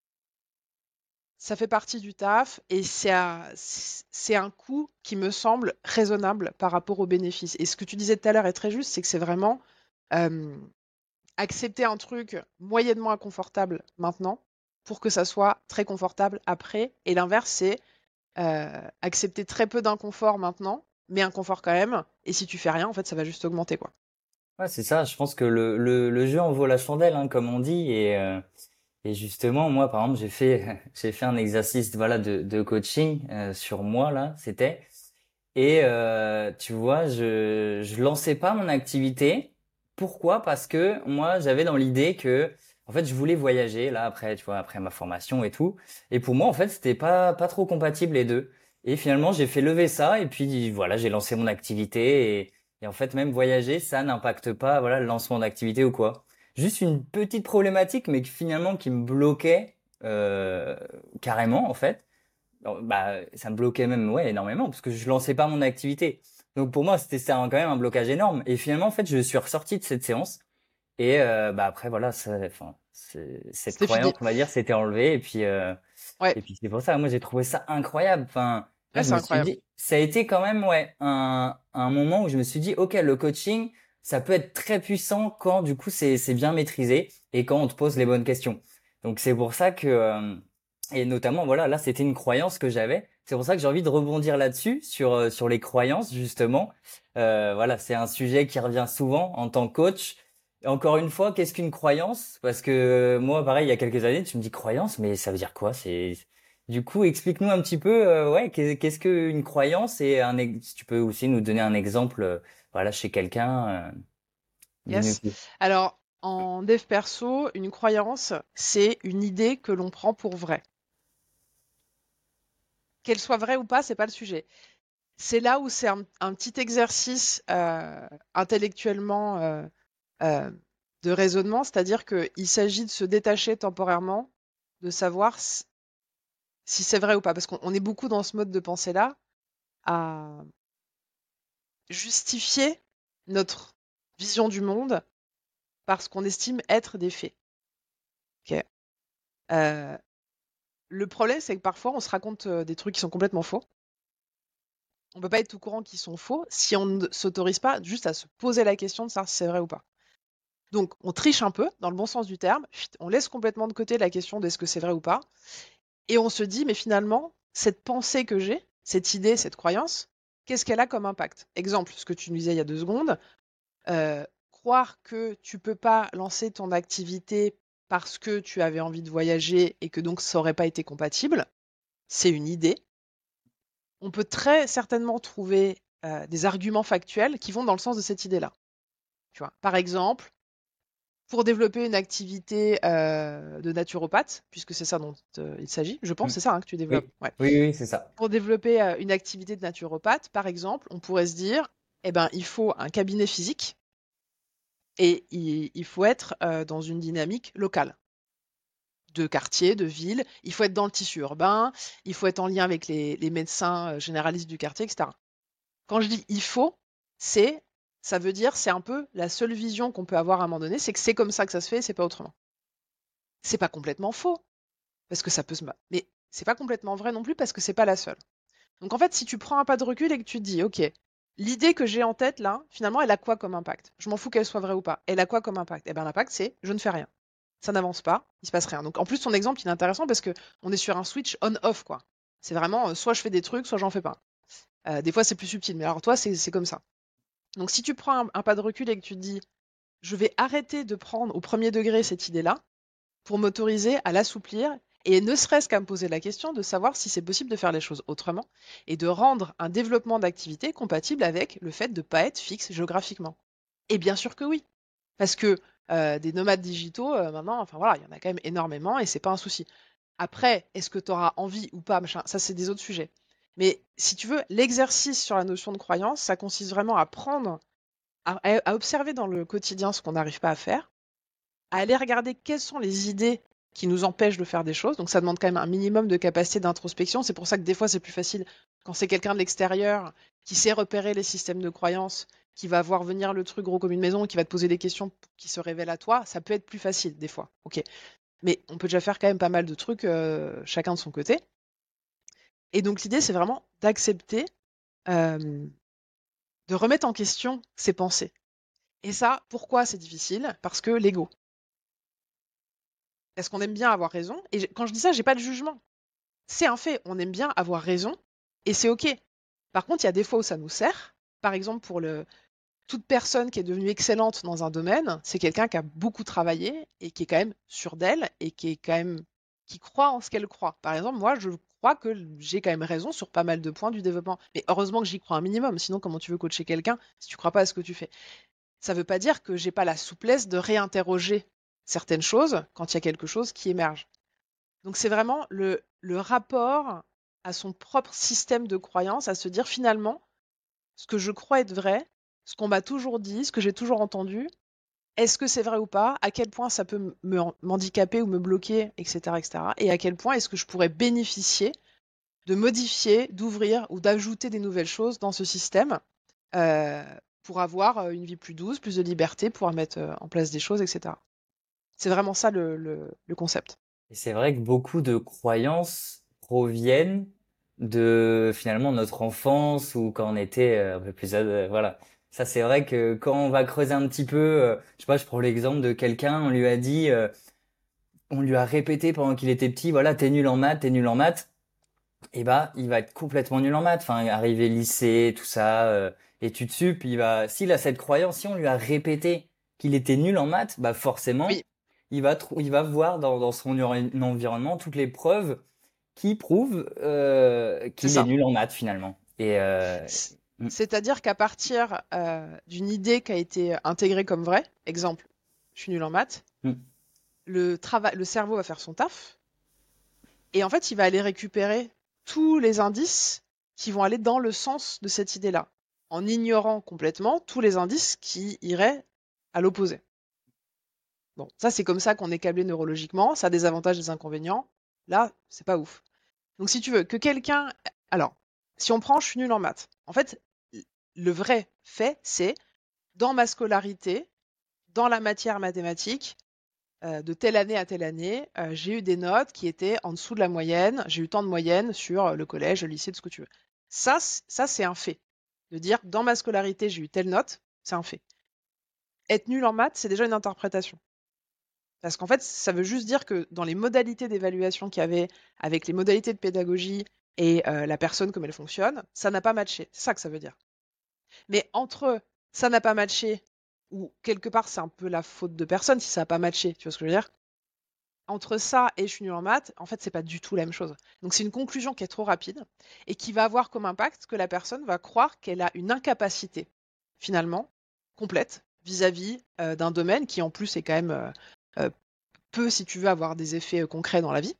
Ça fait partie du taf et c'est un coût qui me semble raisonnable par rapport aux bénéfices. Et ce que tu disais tout à l'heure est très juste, c'est que c'est vraiment euh, accepter un truc moyennement inconfortable maintenant pour que ça soit très confortable après. Et l'inverse, c'est accepter très peu d'inconfort maintenant, mais inconfort quand même. Et si tu fais rien, en fait, ça va juste augmenter, quoi. Ouais, c'est ça. Je pense que le jeu en vaut la chandelle, hein, comme on dit. Et justement, moi, par exemple, j'ai fait un exercice, voilà, de coaching sur moi là. C'était. Et tu vois, je lançais pas mon activité. Pourquoi? Parce que moi, j'avais dans l'idée que, en fait, je voulais voyager là après, tu vois, après ma formation et tout. Et pour moi, en fait, c'était pas trop compatible les deux. Et finalement, j'ai fait lever ça et puis voilà, j'ai lancé mon activité et en fait, même voyager, ça n'impacte pas, voilà, le lancement d'activité ou quoi. Juste une petite problématique, mais finalement qui me bloquait carrément en fait. Alors, bah, ça me bloquait même, ouais, énormément, parce que je lançais pas mon activité. Donc pour moi, c'était ça quand même un blocage énorme. Et finalement, en fait, je suis ressorti de cette séance. Et bah après, voilà, enfin, cette C'était fini. croyance, on va dire, s'était enlevée. Ouais, Et puis c'est pour ça, moi, j'ai trouvé ça incroyable. Enfin, là, ouais, je c'est me suis incroyable. dit, ça a été quand même, ouais, un moment où je me suis dit, ok, le coaching, ça peut être très puissant quand, du coup, c'est bien maîtrisé et quand on te pose les bonnes questions. Donc c'est pour ça que Et notamment, voilà, là, c'était une croyance que j'avais. C'est pour ça que j'ai envie de rebondir là-dessus, sur les croyances, justement. Voilà, c'est un sujet qui revient souvent en tant que coach. Et encore une fois, qu'est-ce qu'une croyance? Parce que moi, pareil, il y a quelques années, tu me dis croyance, mais ça veut dire quoi? Du coup, explique-nous un petit peu, ouais, qu'est-ce qu'une croyance et si tu peux aussi nous donner un exemple, voilà, chez quelqu'un, dis-nous Yes. tout. Alors, en dev perso, une croyance, c'est une idée que l'on prend pour vraie. Qu'elle soit vraie ou pas, c'est pas le sujet. C'est là où c'est un petit exercice intellectuellement euh, de raisonnement, c'est-à-dire qu'il s'agit de se détacher temporairement, de savoir si c'est vrai ou pas, parce qu'on est beaucoup dans ce mode de pensée-là, à justifier notre vision du monde parce qu'on estime être des faits. Ok. Euh, le problème, c'est que parfois, on se raconte des trucs qui sont complètement faux. On peut pas être au courant qu'ils sont faux si on ne s'autorise pas juste à se poser la question de savoir si c'est vrai ou pas. Donc, on triche un peu, dans le bon sens du terme, on laisse complètement de côté la question d'est-ce que c'est vrai ou pas, et on se dit, mais finalement, cette pensée que j'ai, cette idée, cette croyance, qu'est-ce qu'elle a comme impact? Exemple, ce que tu nous disais il y a 2 secondes, croire que tu peux pas lancer ton activité parce que tu avais envie de voyager et que donc ça aurait pas été compatible, c'est une idée. On peut très certainement trouver des arguments factuels qui vont dans le sens de cette idée-là. Tu vois, par exemple, pour développer une activité de naturopathe, puisque c'est ça dont il s'agit, je pense, Mm. c'est ça hein, que tu développes. Oui, Ouais. oui, oui, c'est ça. Pour développer une activité de naturopathe, par exemple, on pourrait se dire, eh ben, il faut un cabinet physique et il faut être dans une dynamique locale, de quartier, de ville. Il faut être dans le tissu urbain, il faut être en lien avec les médecins généralistes du quartier, etc. Quand je dis il faut, c'est, ça veut dire, c'est un peu la seule vision qu'on peut avoir à un moment donné, c'est que c'est comme ça que ça se fait, et c'est pas autrement. C'est pas complètement faux, parce que ça peut mais c'est pas complètement vrai non plus parce que c'est pas la seule. Donc en fait, si tu prends un pas de recul et que tu te dis, ok, l'idée que j'ai en tête là, finalement, elle a quoi comme impact? Je m'en fous qu'elle soit vraie ou pas. Elle a quoi comme impact? Eh bien, l'impact, c'est je ne fais rien. Ça n'avance pas, il se passe rien. Donc en plus, ton exemple, il est intéressant parce que on est sur un switch on-off, quoi. C'est vraiment soit je fais des trucs, soit j'en fais pas. Des fois, c'est plus subtil, mais alors toi, c'est comme ça. Donc si tu prends un pas de recul et que tu te dis, je vais arrêter de prendre au premier degré cette idée-là pour m'autoriser à l'assouplir et ne serait-ce qu'à me poser la question de savoir si c'est possible de faire les choses autrement et de rendre un développement d'activité compatible avec le fait de ne pas être fixe géographiquement. Et bien sûr que oui, parce que des nomades digitaux, maintenant, enfin voilà, il y en a quand même énormément et c'est pas un souci. Après, est-ce que tu auras envie ou pas, machin, ça c'est des autres sujets. Mais si tu veux, l'exercice sur la notion de croyance, ça consiste vraiment à prendre, à observer dans le quotidien ce qu'on n'arrive pas à faire, à aller regarder quelles sont les idées qui nous empêchent de faire des choses. Donc ça demande quand même un minimum de capacité d'introspection. C'est pour ça que des fois c'est plus facile quand c'est quelqu'un de l'extérieur qui sait repérer les systèmes de croyance, qui va voir venir le truc gros comme une maison, qui va te poser des questions qui se révèlent à toi. Ça peut être plus facile des fois. Ok. Mais on peut déjà faire quand même pas mal de trucs chacun de son côté. Et donc l'idée c'est vraiment d'accepter, euh, de remettre en question ses pensées. Et ça, pourquoi c'est difficile? Parce que l'ego. Parce qu'on aime bien avoir raison. Et quand je dis ça, j'ai pas de jugement. C'est un fait, on aime bien avoir raison et c'est OK. Par contre, il y a des fois où ça nous sert. Par exemple, toute personne qui est devenue excellente dans un domaine, c'est quelqu'un qui a beaucoup travaillé et qui est quand même sûr d'elle et qui est quand même qui croit en ce qu'elle croit. Par exemple, moi, je crois que j'ai quand même raison sur pas mal de points du développement. Mais heureusement que j'y crois un minimum, sinon comment tu veux coacher quelqu'un si tu crois pas à ce que tu fais? Ça veut pas dire que j'ai pas la souplesse de réinterroger certaines choses quand il y a quelque chose qui émerge. Donc c'est vraiment le rapport à son propre système de croyance, à se dire finalement, ce que je crois être vrai, ce qu'on m'a toujours dit, ce que j'ai toujours entendu, est-ce que c'est vrai ou pas? À quel point ça peut m'handicaper ou me bloquer, etc., etc. Et à quel point est-ce que je pourrais bénéficier de modifier, d'ouvrir ou d'ajouter des nouvelles choses dans ce système euh, pour avoir une vie plus douce, plus de liberté, pouvoir mettre en place des choses, etc. C'est vraiment ça le concept. Et c'est vrai que beaucoup de croyances proviennent de finalement notre enfance ou quand on était un peu plus voilà. Ça c'est vrai que quand on va creuser un petit peu, je sais pas, je prends l'exemple de quelqu'un, on lui a dit on lui a répété pendant qu'il était petit, voilà, t'es nul en maths, t'es nul en maths, et bah, il va être complètement nul en maths. Enfin, arrivé lycée, tout ça, études sup, s'il a cette croyance, si on lui a répété qu'il était nul en maths, bah forcément, Oui, il va voir dans son environnement toutes les preuves qui prouvent c'est qu'il est ça. nul en maths finalement. Et C- mm, C'est-à-dire qu'à partir d'une idée qui a été intégrée comme vraie, exemple, je suis nul en maths, mm. le cerveau va faire son taf, et en fait, il va aller récupérer tous les indices qui vont aller dans le sens de cette idée-là, en ignorant complètement tous les indices qui iraient à l'opposé. Bon, ça c'est comme ça qu'on est câblé neurologiquement, ça a des avantages et des inconvénients. Là, c'est pas ouf. Donc si tu veux que quelqu'un... Alors, si on prend je suis nul en maths, en fait, le vrai fait, c'est dans ma scolarité, dans la matière mathématique, de telle année à telle année, j'ai eu des notes qui étaient en dessous de la moyenne, j'ai eu tant de moyenne sur le collège, le lycée, tout ce que tu veux. Ça c'est un fait. De dire, dans ma scolarité, j'ai eu telle note, c'est un fait. Être nul en maths, c'est déjà une interprétation. Parce qu'en fait, ça veut juste dire que dans les modalités d'évaluation qu'il y avait, avec les modalités de pédagogie et la personne comme elle fonctionne, ça n'a pas matché. C'est ça que ça veut dire. Mais entre ça n'a pas matché, ou quelque part c'est un peu la faute de personne si ça n'a pas matché, tu vois ce que je veux dire? Entre ça et je suis nul en maths, en fait, c'est pas du tout la même chose. Donc c'est une conclusion qui est trop rapide et qui va avoir comme impact que la personne va croire qu'elle a une incapacité, finalement, complète, vis-à-vis d'un domaine qui en plus est quand même euh, peut, si tu veux, avoir des effets concrets dans la vie.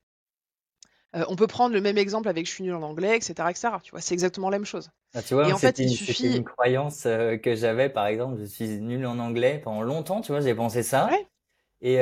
On peut prendre le même exemple avec je suis nul en anglais, etc., etc. Tu vois, c'est exactement la même chose. Ah, tu vois, Et moi, en fait, il c'était une suffit. croyance que j'avais, par exemple, je suis nul en anglais pendant longtemps, tu vois, j'ai pensé ça. Ouais, Et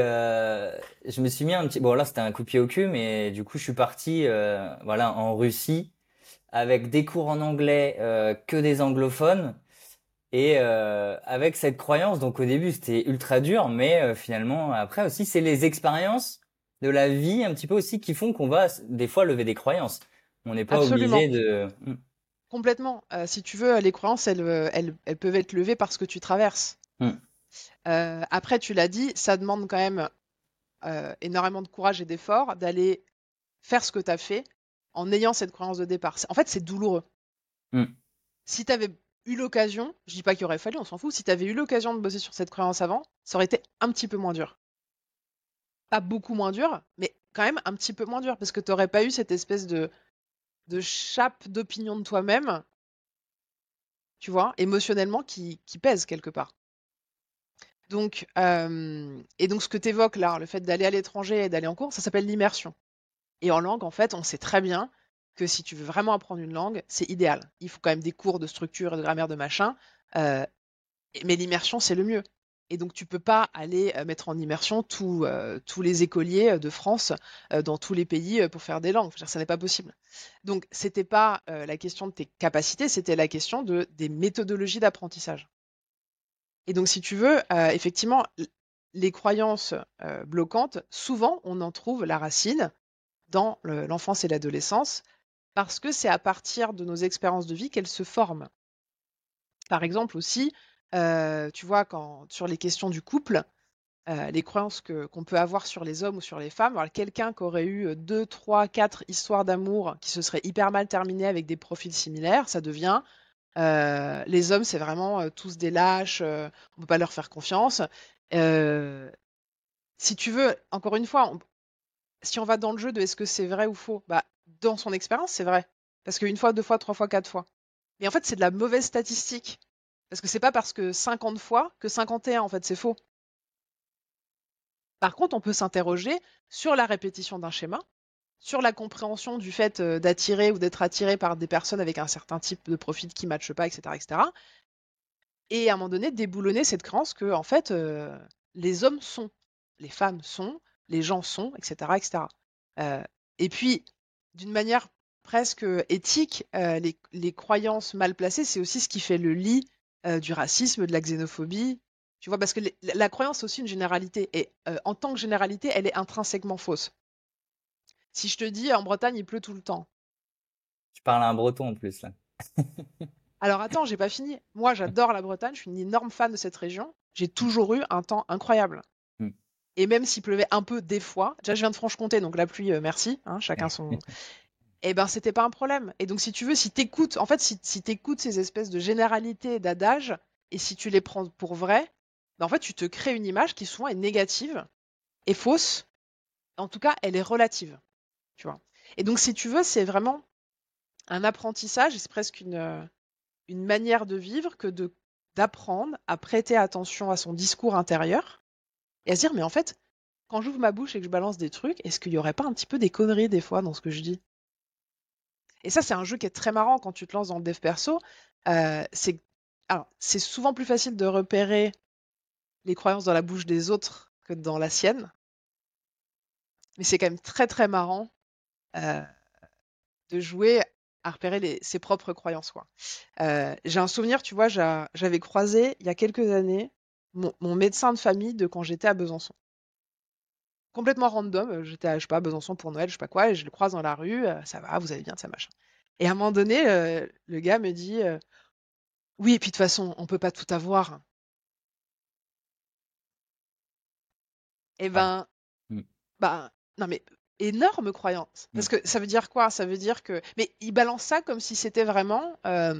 je me suis mis un petit... Bon, là, c'était un coup de pied au cul, mais du coup, je suis parti voilà, en Russie avec des cours en anglais que des anglophones. Et avec cette croyance, donc au début, c'était ultra dur, mais finalement, après aussi, c'est les expériences de la vie un petit peu aussi qui font qu'on va des fois lever des croyances. On n'est pas obligé absolument. de... Complètement. Si tu veux, les croyances, elles peuvent être levées par ce que tu traverses. Mm. Après, tu l'as dit, ça demande quand même énormément de courage et d'effort d'aller faire ce que tu as fait en ayant cette croyance de départ. En fait, c'est douloureux. Mm. Si tu avais eu l'occasion, je dis pas qu'il aurait fallu, on s'en fout, si tu avais eu l'occasion de bosser sur cette croyance avant, ça aurait été un petit peu moins dur. Pas beaucoup moins dur, mais quand même un petit peu moins dur, parce que tu n'aurais pas eu cette espèce de chape d'opinion de toi-même, tu vois, émotionnellement, qui pèse quelque part. Donc, et donc ce que tu évoques là, le fait d'aller à l'étranger et d'aller en cours, ça s'appelle l'immersion. Et en langue, en fait, on sait très bien que si tu veux vraiment apprendre une langue, c'est idéal. Il faut quand même des cours de structure et de grammaire de machin, euh, mais l'immersion, c'est le mieux. Et donc, tu peux pas aller mettre en immersion tous les écoliers de France dans tous les pays pour faire des langues. Je veux dire, ça n'est pas possible. Donc, c'était pas la question de tes capacités, c'était la question des méthodologies d'apprentissage. Et donc, si tu veux, effectivement, les croyances bloquantes, souvent, on en trouve la racine dans l'enfance et l'adolescence, parce que c'est à partir de nos expériences de vie qu'elles se forment. Par exemple aussi, tu vois, sur les questions du couple, les croyances qu'on peut avoir sur les hommes ou sur les femmes, alors quelqu'un qui aurait eu 2, 3, 4 histoires d'amour qui se seraient hyper mal terminées avec des profils similaires, ça devient les hommes, c'est vraiment tous des lâches, on peut pas leur faire confiance. Euh, Si tu veux, encore une fois, si on va dans le jeu de est-ce que c'est vrai ou faux, bah, dans son expérience, c'est vrai. Parce qu'une fois, deux fois, trois fois, quatre fois. Mais en fait, c'est de la mauvaise statistique. Parce que c'est pas parce que 50 fois que 51, en fait, c'est faux. Par contre, on peut s'interroger sur la répétition d'un schéma, sur la compréhension du fait d'attirer ou d'être attiré par des personnes avec un certain type de profil qui ne matche pas, etc., etc. Et cetera. Et à un moment donné, déboulonner cette créance que, en fait, les hommes sont, les femmes sont, les gens sont, etc., etc. Euh, et puis, d'une manière presque éthique, les croyances mal placées, c'est aussi ce qui fait le lit du racisme, de la xénophobie. Tu vois, parce que la croyance, c'est aussi une généralité. Et en tant que généralité, elle est intrinsèquement fausse. Si je te dis, en Bretagne, il pleut tout le temps. Tu parles un breton en plus, là. Alors attends, j'ai pas fini. Moi, j'adore la Bretagne, je suis une énorme fan de cette région. J'ai toujours eu un temps incroyable. Mm. Et même s'il pleuvait un peu des fois, déjà je viens de Franche-Comté, donc la pluie, merci, hein, chacun son. Eh ben c'était pas un problème. Et donc si tu veux, si t'écoutes, en fait, si t'écoutes ces espèces de généralités et d'adages, et si tu les prends pour vraies, ben, en fait tu te crées une image qui souvent est négative et fausse. En tout cas, elle est relative, tu vois. Et donc si tu veux, c'est vraiment un apprentissage, et c'est presque une manière de vivre que de d'apprendre à prêter attention à son discours intérieur et à se dire, mais en fait, quand j'ouvre ma bouche et que je balance des trucs, est-ce qu'il y aurait pas un petit peu des conneries des fois dans ce que je dis? Et ça, c'est un jeu qui est très marrant quand tu te lances dans le dev perso. C'est alors, c'est souvent plus facile de repérer les croyances dans la bouche des autres que dans la sienne, mais c'est quand même très très marrant euh, de jouer à repérer ses propres croyances, quoi. J'ai un souvenir, tu vois, j'avais croisé il y a quelques années mon médecin de famille de quand j'étais à Besançon. Complètement random, j'étais à, je sais pas, Besançon pour Noël, je sais pas quoi, et je le croise dans la rue, ça va, vous allez bien, ça machin. Et à un moment donné, le gars me dit, oui, et puis de toute façon, on peut pas tout avoir. Et Ah. ben, Mm. bah, non mais énorme croyance. Mm. Parce que ça veut dire quoi? Ça veut dire que, mais il balance ça comme si c'était vraiment,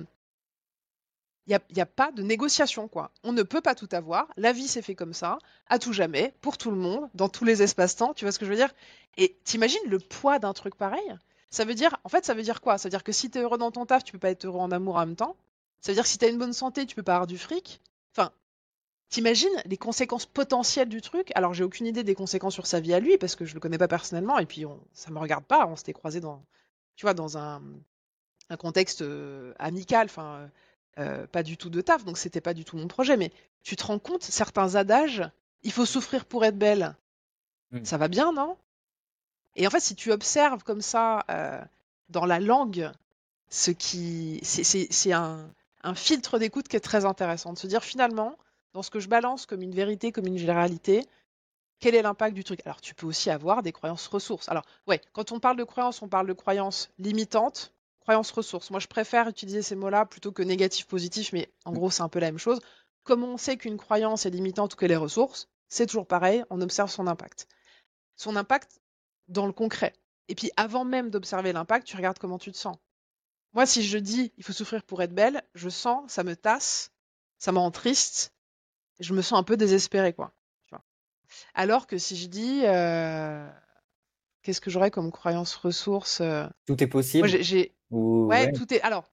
y a pas de négociation, quoi. On ne peut pas tout avoir. La vie s'est fait comme ça, à tout jamais, pour tout le monde, dans tous les espaces-temps. Tu vois ce que je veux dire? Et t'imagines le poids d'un truc pareil? Ça veut dire, en fait, ça veut dire quoi? Ça veut dire que si t'es heureux dans ton taf, tu peux pas être heureux en amour en même temps. Ça veut dire que si t'as une bonne santé, tu peux pas avoir du fric. Enfin, t'imagines les conséquences potentielles du truc? Alors, j'ai aucune idée des conséquences sur sa vie à lui, parce que je le connais pas personnellement, et puis ça me regarde pas. On s'était croisés dans, tu vois, dans un contexte amical, enfin, pas du tout de taf, donc c'était pas du tout mon projet. Mais tu te rends compte, certains adages, il faut souffrir pour être belle, Mm. ça va bien, non? Et en fait, si tu observes comme ça dans la langue, ce qui, c'est un filtre d'écoute qui est très intéressant, de se dire finalement, dans ce que je balance comme une vérité, comme une généralité, quel est l'impact du truc? Alors, tu peux aussi avoir des croyances ressources. Alors, ouais, quand on parle de croyances, on parle de croyances limitantes, croyances ressources. Moi, je préfère utiliser ces mots-là plutôt que négatif, positif, mais en gros, c'est un peu la même chose. Comme on sait qu'une croyance est limitante ou qu'elle est ressource, c'est toujours pareil, on observe son impact. Son impact dans le concret. Et puis, avant même d'observer l'impact, tu regardes comment tu te sens. Moi, si je dis il faut souffrir pour être belle, je sens, ça me tasse, ça me rend triste, je me sens un peu désespérée, quoi. Tu vois. Alors que si je dis qu'est-ce que j'aurais comme croyance ressource Tout est Moi, possible? Ou ouais, ouais. tout est. Alors,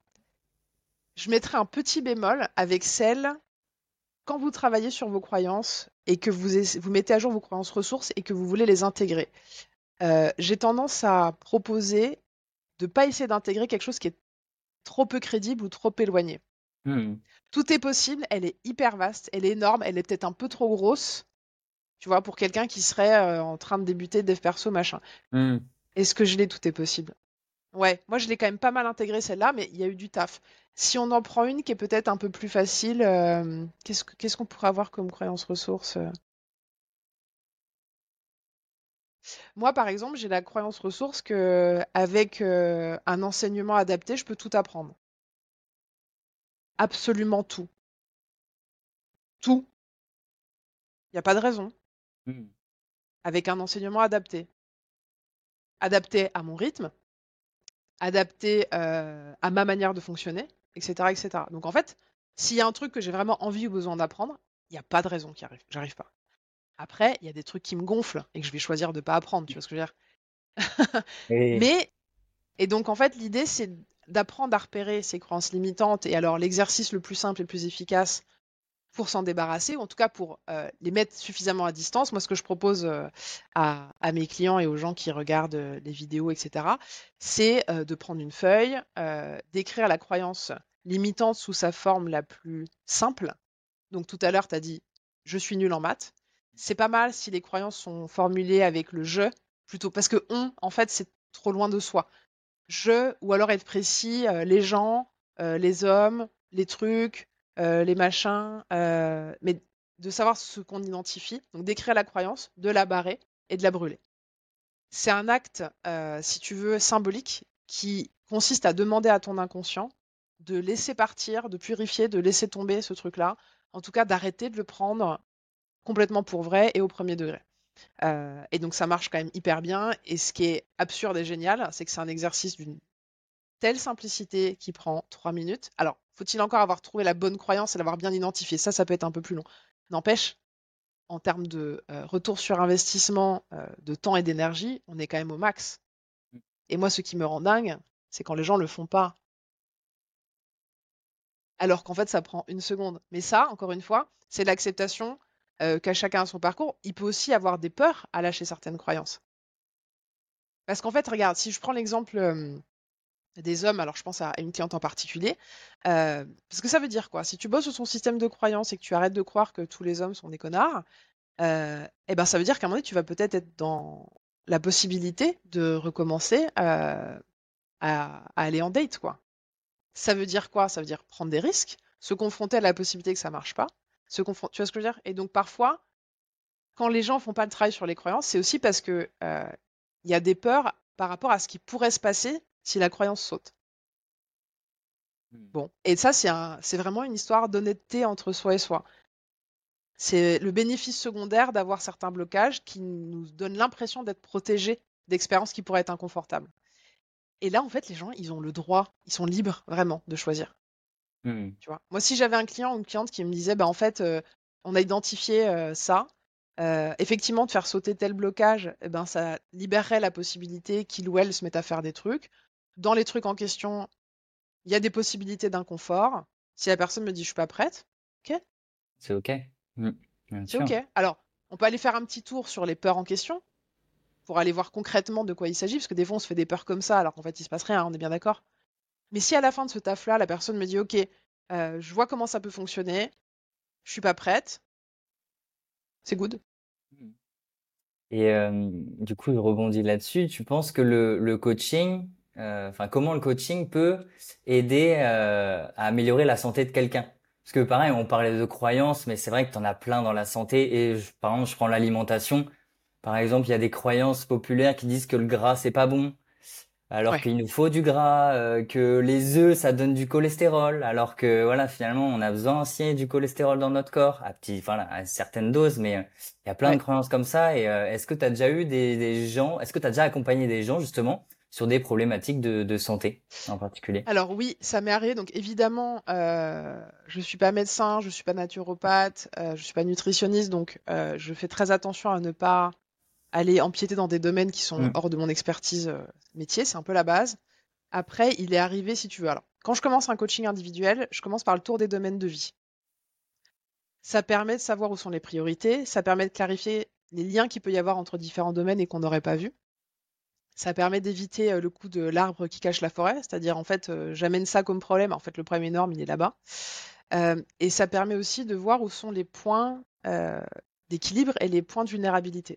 je mettrais un petit bémol avec celle quand vous travaillez sur vos croyances et que vous mettez à jour vos croyances ressources et que vous voulez les intégrer. J'ai tendance à proposer de pas essayer d'intégrer quelque chose qui est trop peu crédible ou trop éloigné. Mm. Tout est possible, elle est hyper vaste, elle est énorme, elle est peut-être un peu trop grosse, tu vois, pour quelqu'un qui serait en train de débuter dev perso, machin. Mm. Est-ce que je l'ai Tout est possible? Ouais, moi je l'ai quand même pas mal intégrée celle-là, mais il y a eu du taf. Si on en prend une qui est peut-être un peu plus facile, qu'est-ce qu'on pourrait avoir comme croyance ressource Moi, par exemple, j'ai la croyance ressource que avec un enseignement adapté, je peux tout apprendre. Absolument tout. Tout. Il n'y a pas de raison. Mm. Avec un enseignement adapté. Adapté à mon rythme, adapté à ma manière de fonctionner, etc., etc. Donc en fait, s'il y a un truc que j'ai vraiment envie ou besoin d'apprendre, il n'y a pas de raison qui arrive. J'arrive pas. Après, il y a des trucs qui me gonflent et que je vais choisir de pas apprendre, tu vois ce que je veux dire? Et Mais, et donc en fait, l'idée, c'est d'apprendre à repérer ces croyances limitantes. Et alors, l'exercice le plus simple et le plus efficace pour s'en débarrasser, ou en tout cas pour les mettre suffisamment à distance, moi, ce que je propose à mes clients et aux gens qui regardent les vidéos, etc., c'est de prendre une feuille, d'écrire la croyance limitante sous sa forme la plus simple. Donc tout à l'heure, tu as dit je suis nul en maths. C'est pas mal si les croyances sont formulées avec le je, plutôt parce que on, en fait, c'est trop loin de soi. Je, ou alors être précis, les gens, les hommes, les trucs, les machins, mais de savoir ce qu'on identifie, donc d'écrire la croyance, de la barrer et de la brûler. C'est un acte, si tu veux, symbolique qui consiste à demander à ton inconscient de laisser partir, de purifier, de laisser tomber ce truc-là, en tout cas d'arrêter de le prendre complètement pour vrai et au premier degré. Et donc ça marche quand même hyper bien. Et ce qui est absurde et génial, c'est que c'est un exercice d'une telle simplicité qui prend 3 minutes. Alors, faut-il encore avoir trouvé la bonne croyance et l'avoir bien identifiée? Ça peut être un peu plus long. N'empêche, en termes de retour sur investissement de temps et d'énergie, on est quand même au max. Et moi, ce qui me rend dingue, c'est quand les gens le font pas, alors qu'en fait, ça prend une seconde. Mais ça, encore une fois, c'est l'acceptation qu'a chacun à son parcours. Il peut aussi avoir des peurs à lâcher certaines croyances. Parce qu'en fait, regarde, si je prends l'exemple des hommes, alors je pense à une cliente en particulier, parce que ça veut dire quoi? Si tu bosses sur son système de croyance et que tu arrêtes de croire que tous les hommes sont des connards, et ben ça veut dire qu'à un moment donné, tu vas peut-être être dans la possibilité de recommencer à aller en date, quoi. Ça veut dire quoi? Ça veut dire prendre des risques, se confronter à la possibilité que ça marche pas, tu vois ce que je veux dire? Et donc parfois, quand les gens font pas le travail sur les croyances, c'est aussi parce que il y a des peurs par rapport à ce qui pourrait se passer si la croyance saute. Hmm. Bon, et ça, c'est vraiment une histoire d'honnêteté entre soi et soi. C'est le bénéfice secondaire d'avoir certains blocages qui nous donnent l'impression d'être protégés d'expériences qui pourraient être inconfortables. Et là, en fait, les gens, ils ont le droit, ils sont libres vraiment de choisir. Hmm. Tu vois. Moi, si j'avais un client ou une cliente qui me disait, bah, en fait, on a identifié ça, effectivement, de faire sauter tel blocage, eh ben, ça libérerait la possibilité qu'il ou elle se mette à faire des trucs. Dans les trucs en question, il y a des possibilités d'inconfort. Si la personne me dit, je suis pas prête, ok, C'est OK. Hmm. Bien c'est sûr. ok. Alors, on peut aller faire un petit tour sur les peurs en question pour aller voir concrètement de quoi il s'agit, parce que des fois, on se fait des peurs comme ça, alors qu'en fait, il se passe rien, on est bien d'accord. Mais si à la fin de ce taf-là, la personne me dit, ok, je vois comment ça peut fonctionner, je suis pas prête, c'est good. Hmm. Et du coup, je rebondis là-dessus. Tu penses que le coaching, enfin, comment le coaching peut aider à améliorer la santé de quelqu'un? Parce que pareil, on parlait de croyances, mais c'est vrai que tu en as plein dans la santé. Et par exemple, je prends l'alimentation. Par exemple, il y a des croyances populaires qui disent que le gras, c'est pas bon. Alors Ouais. qu'il nous faut du gras, que les œufs, ça donne du cholestérol, alors que voilà, finalement, on a besoin aussi du cholestérol dans notre corps, voilà, à certaines doses, mais il y a plein de Ouais. croyances comme ça. Et est-ce que tu as déjà eu des gens, est-ce que tu as déjà accompagné des gens justement sur des problématiques de santé en particulier? Alors oui, ça m'est arrivé. Donc évidemment, je suis pas médecin, je suis pas naturopathe, je suis pas nutritionniste, donc je fais très attention à ne pas aller empiéter dans des domaines qui sont Mm. hors de mon expertise métier. C'est un peu la base. Après, il est arrivé, si tu veux. Alors, quand je commence un coaching individuel, je commence par le tour des domaines de vie. Ça permet de savoir où sont les priorités, ça permet de clarifier les liens qu'il peut y avoir entre différents domaines et qu'on n'aurait pas vus. Ça permet d'éviter le coup de l'arbre qui cache la forêt, c'est-à-dire en fait, j'amène ça comme problème, en fait le problème énorme, il est là-bas. Et ça permet aussi de voir où sont les points d'équilibre et les points de vulnérabilité.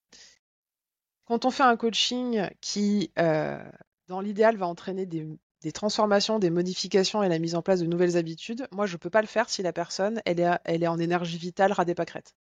Quand on fait un coaching qui, dans l'idéal, va entraîner des transformations, des modifications et la mise en place de nouvelles habitudes, moi je ne peux pas le faire si la personne, elle est en énergie vitale, ras des pâquerettes.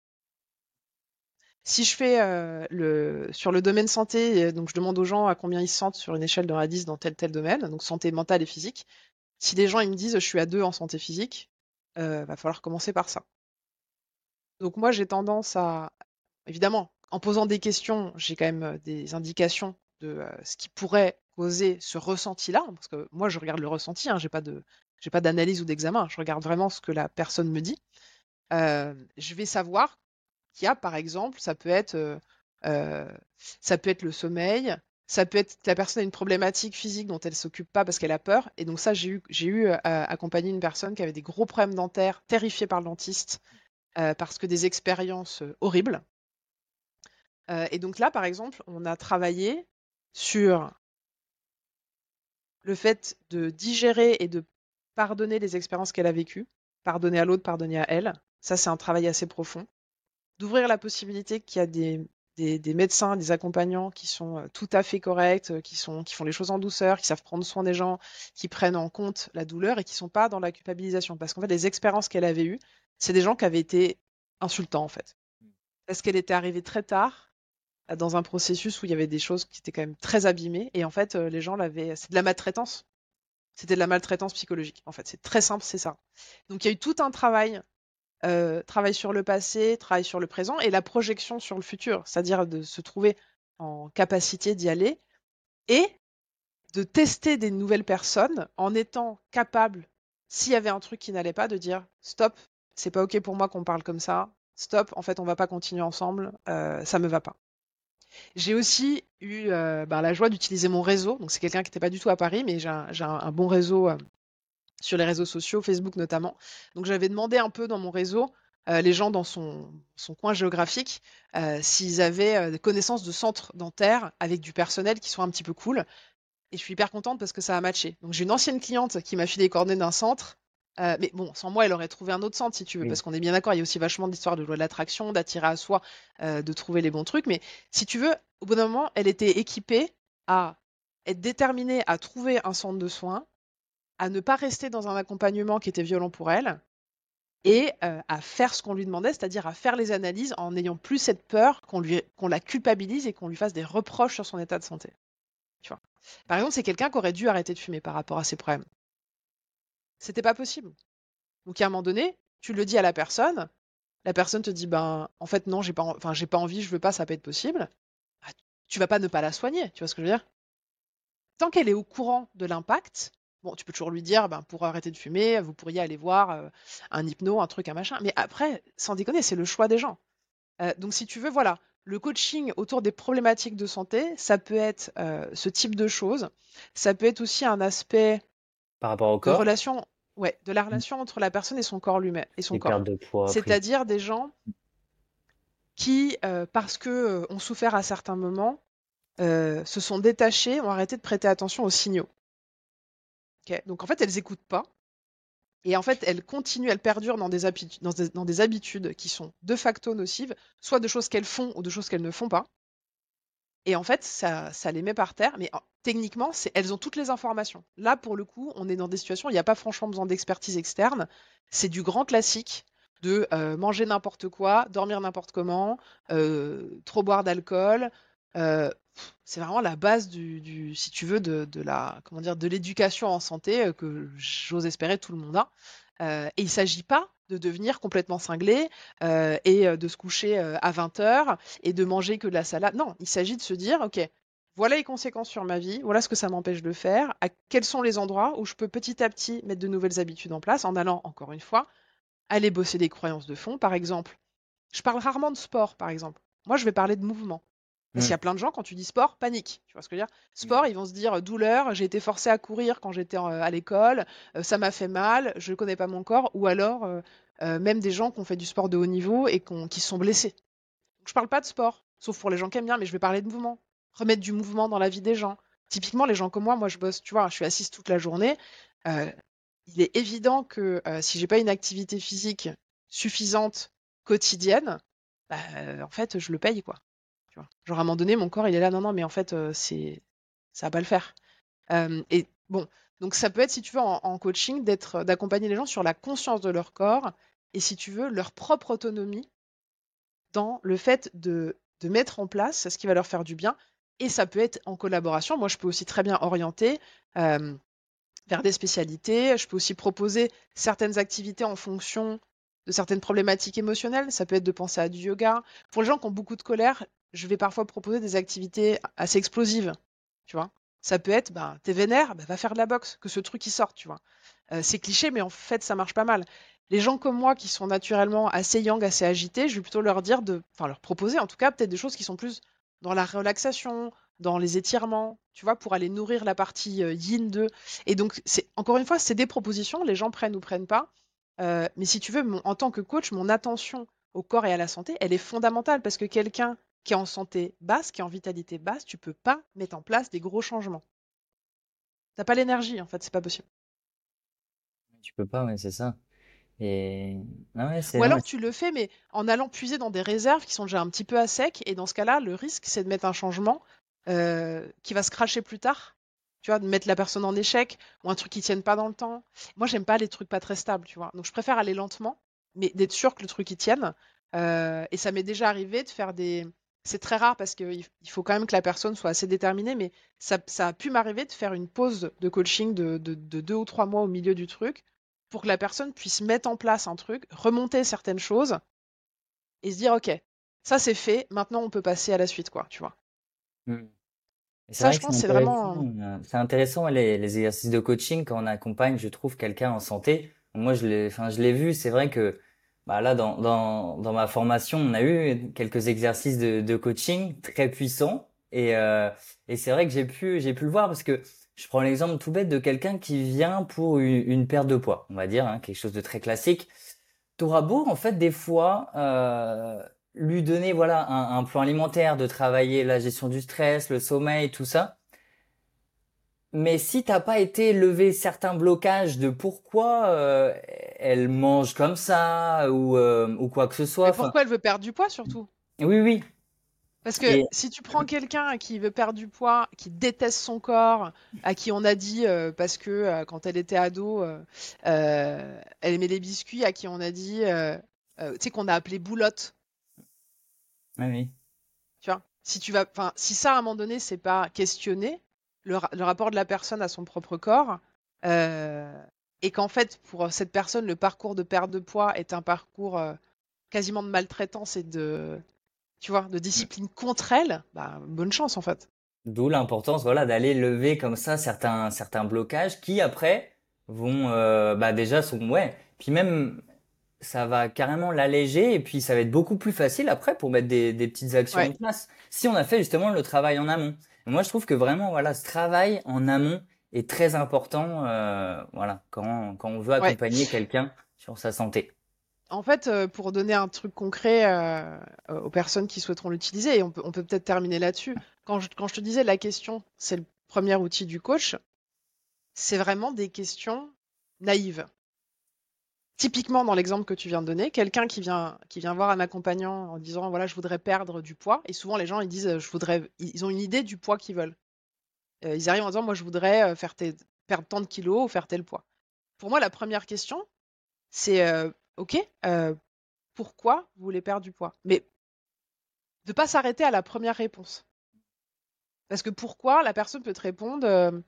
Si je fais sur le domaine santé, donc je demande aux gens à combien ils se sentent sur une échelle de 1 à 10 dans tel domaine, donc santé mentale et physique. Si les gens ils me disent je suis à 2 en santé physique, va falloir commencer par ça. Donc moi j'ai tendance à, évidemment, en posant des questions, j'ai quand même des indications de ce qui pourrait causer ce ressenti-là, parce que moi je regarde le ressenti, hein, j'ai pas d'analyse ou d'examen, je regarde vraiment ce que la personne me dit. Je vais savoir qu'il y a, par exemple, euh, ça peut être le sommeil, ça peut être que la personne a une problématique physique dont elle s'occupe pas parce qu'elle a peur. Et donc ça, j'ai eu accompagné une personne qui avait des gros problèmes dentaires, terrifiée par le dentiste, parce que des expériences horribles. Et donc là, par exemple, on a travaillé sur le fait de digérer et de pardonner les expériences qu'elle a vécues, pardonner à l'autre, pardonner à elle. Ça, c'est un travail assez profond. D'ouvrir la possibilité qu'il y a des médecins, des accompagnants qui sont tout à fait corrects, qui font les choses en douceur, qui savent prendre soin des gens, qui prennent en compte la douleur et qui sont pas dans la culpabilisation. Parce qu'en fait, les expériences qu'elle avait eues, c'est des gens qui avaient été insultants, en fait. Parce qu'elle était arrivée très tard dans un processus où il y avait des choses qui étaient quand même très abîmées. Et en fait, les gens l'avaient. C'est de la maltraitance. C'était de la maltraitance psychologique. En fait, c'est très simple, c'est ça. Donc il y a eu tout un travail travail sur le passé, travail sur le présent et la projection sur le futur, c'est-à-dire de se trouver en capacité d'y aller et de tester des nouvelles personnes en étant capable, s'il y avait un truc qui n'allait pas, de dire stop, c'est pas ok pour moi qu'on parle comme ça, stop, en fait on va pas continuer ensemble, ça me va pas. J'ai aussi eu la joie d'utiliser mon réseau, donc c'est quelqu'un qui n'était pas du tout à Paris, mais j'ai un bon réseau sur les réseaux sociaux, Facebook notamment. Donc j'avais demandé un peu dans mon réseau, les gens dans son coin géographique, s'ils avaient des connaissances de centres dentaires avec du personnel qui soit un petit peu cool. Et je suis hyper contente parce que ça a matché. Donc j'ai une ancienne cliente qui m'a filé les coordonnées d'un centre. Mais bon, sans moi, elle aurait trouvé un autre centre si tu veux, Oui. parce qu'on est bien d'accord, il y a aussi vachement d'histoires de loi de l'attraction, d'attirer à soi, de trouver les bons trucs. Mais si tu veux, au bout d'un moment, elle était équipée à être déterminée à trouver un centre de soins, à ne pas rester dans un accompagnement qui était violent pour elle, et à faire ce qu'on lui demandait, c'est-à-dire à faire les analyses en n'ayant plus cette peur qu'on la culpabilise et qu'on lui fasse des reproches sur son état de santé. Tu vois. Par exemple, c'est quelqu'un qui aurait dû arrêter de fumer par rapport à ses problèmes. C'était pas possible. Donc à un moment donné, tu le dis à la personne te dit ben en fait non, j'ai pas envie, je veux pas, ça peut être possible. Ah, tu vas pas ne pas la soigner, tu vois ce que je veux dire? Tant qu'elle est au courant de l'impact, bon, tu peux toujours lui dire ben pour arrêter de fumer, vous pourriez aller voir un hypno, un truc, un machin. Mais après, sans déconner, c'est le choix des gens. Donc si tu veux, voilà, le coaching autour des problématiques de santé, ça peut être ce type de choses. Ça peut être aussi un aspect Par rapport au de corps, relation, ouais, de la relation entre la personne et son corps lui-même et son les pertes corps. de poids, prise. C'est-à-dire des gens qui, parce que ont souffert à certains moments, se sont détachés, ont arrêté de prêter attention aux signaux. Ok. Donc en fait, elles écoutent pas. Et en fait, elles continuent, elles perdurent dans des habitudes qui sont de facto nocives, soit de choses qu'elles font ou de choses qu'elles ne font pas. Et en fait, ça les met par terre, mais techniquement, elles ont toutes les informations. Là, pour le coup, on est dans des situations où il n'y a pas franchement besoin d'expertise externe. C'est du grand classique de manger n'importe quoi, dormir n'importe comment, trop boire d'alcool. C'est vraiment la base si tu veux, de la, comment dire, de l'éducation en santé que j'ose espérer tout le monde a. Et il ne s'agit pas de devenir complètement cinglé et de se coucher à 20 heures et de manger que de la salade. Non, il s'agit de se dire, OK, voilà les conséquences sur ma vie, voilà ce que ça m'empêche de faire, quels sont les endroits où je peux petit à petit mettre de nouvelles habitudes en place en allant, encore une fois, aller bosser des croyances de fond. Par exemple, je parle rarement de sport, par exemple. Moi, je vais parler de mouvement. Parce qu'il y Hmm. a plein de gens, quand tu dis sport, paniquent. Tu vois ce que je veux dire? Sport, ils vont se dire douleur, j'ai été forcé à courir quand j'étais à l'école, ça m'a fait mal, je ne connais pas mon corps, ou alors même des gens qui ont fait du sport de haut niveau et qui se sont blessés. Donc, je parle pas de sport, sauf pour les gens qui aiment bien, mais je vais parler de mouvement. Remettre du mouvement dans la vie des gens. Typiquement, les gens comme moi, je bosse, tu vois, je suis assise toute la journée. euh, il est évident que si j'ai pas une activité physique suffisante quotidienne, bah, en fait, je le paye, quoi. Tu vois? Genre à un moment donné, mon corps, il est là, non, non, mais en fait, ça va pas le faire. Et bon, donc ça peut être, si tu veux, en coaching, d'accompagner les gens sur la conscience de leur corps et si tu veux, leur propre autonomie dans le fait de mettre en place ce qui va leur faire du bien. Et ça peut être en collaboration. Moi, je peux aussi très bien orienter vers des spécialités. Je peux aussi proposer certaines activités en fonction de certaines problématiques émotionnelles. Ça peut être de penser à du yoga. Pour les gens qui ont beaucoup de colère, je vais parfois proposer des activités assez explosives, tu vois. Ça peut être, ben, t'es vénère, ben, va faire de la boxe, que ce truc qui sorte, tu vois. C'est cliché, mais en fait, ça marche pas mal. Les gens comme moi qui sont naturellement assez yang, assez agités, je vais plutôt leur dire enfin leur proposer en tout cas peut-être des choses qui sont plus dans la relaxation, dans les étirements, tu vois, pour aller nourrir la partie yin d'eux. Et donc, encore une fois, c'est des propositions, les gens prennent ou prennent pas. Mais si tu veux, en tant que coach, mon attention au corps et à la santé, elle est fondamentale parce que quelqu'un qui est en santé basse, qui est en vitalité basse, tu peux pas mettre en place des gros changements. T'as pas l'énergie, en fait, c'est pas possible. Tu peux pas, ouais, c'est ça. Et ah ouais, c'est Ou non, mais alors tu le fais, mais en allant puiser dans des réserves qui sont déjà un petit peu à sec, et dans ce cas-là, le risque, c'est de mettre un changement qui va se cracher plus tard. Tu vois, de mettre la personne en échec, ou un truc qui tienne pas dans le temps. Moi, j'aime pas les trucs pas très stables, tu vois. Donc je préfère aller lentement, mais d'être sûr que le truc y tienne. Et ça m'est déjà arrivé de faire des. C'est très rare parce qu'il faut quand même que la personne soit assez déterminée, mais ça a pu m'arriver de faire une pause de coaching de 2 ou 3 mois au milieu du truc pour que la personne puisse mettre en place un truc, remonter certaines choses et se dire, OK, ça c'est fait, maintenant on peut passer à la suite, quoi, tu vois. Mm. Et c'est Ça, vrai je que c'est pense, c'est intéressant. vraiment. C'est intéressant les exercices de coaching quand on accompagne, je trouve, quelqu'un en santé. Moi, je l'ai vu. C'est vrai que bah là, dans ma formation, on a eu quelques exercices de coaching très puissants. Et c'est vrai que j'ai pu le voir parce que je prends l'exemple tout bête de quelqu'un qui vient pour une perte de poids, on va dire, hein, quelque chose de très classique. T'auras beau, en fait, des fois, lui donner, voilà, un plan alimentaire, de travailler la gestion du stress, le sommeil, tout ça. Mais si t'as pas été lever certains blocages de pourquoi elle mange comme ça ou quoi que ce soit, Mais enfin, pourquoi elle veut perdre du poids surtout? oui, oui. Parce que Et si tu prends quelqu'un qui veut perdre du poids, qui déteste son corps, à qui on a dit, parce que quand elle était ado, elle aimait les biscuits, à qui on a dit, tu sais, qu'on a appelé boulotte, oui, oui. tu vois. Si tu vas, enfin, si ça à un moment donné, c'est pas questionné, le rapport de la personne à son propre corps, euh, et qu'en fait, pour cette personne, le parcours de perte de poids est un parcours quasiment de maltraitance et de, tu vois, de discipline contre elle, bah, bonne chance en fait. D'où l'importance, voilà, d'aller lever comme ça certains blocages qui après vont, bah déjà sont, ouais. Puis même, ça va carrément l'alléger et puis ça va être beaucoup plus facile après pour mettre des petites actions Ouais, en place. Si on a fait justement le travail en amont. Et moi, je trouve que vraiment, voilà, ce travail en amont est très important, voilà, quand on veut ouais. accompagner quelqu'un sur sa santé. En fait, pour donner un truc concret aux personnes qui souhaiteront l'utiliser, et on peut peut-être terminer là-dessus. Quand je te disais la question, c'est le premier outil du coach, c'est vraiment des questions naïves. Typiquement, dans l'exemple que tu viens de donner, quelqu'un qui vient voir un accompagnant en disant, voilà, je voudrais perdre du poids, et souvent les gens ils disent, ils ont une idée du poids qu'ils veulent. Ils arrivent en disant, moi je voudrais perdre tant de kilos ou faire tel poids. Pour moi, la première question, c'est, ok, euh, pourquoi vous voulez perdre du poids? Mais de pas s'arrêter à la première réponse. Parce que pourquoi, la personne peut te répondre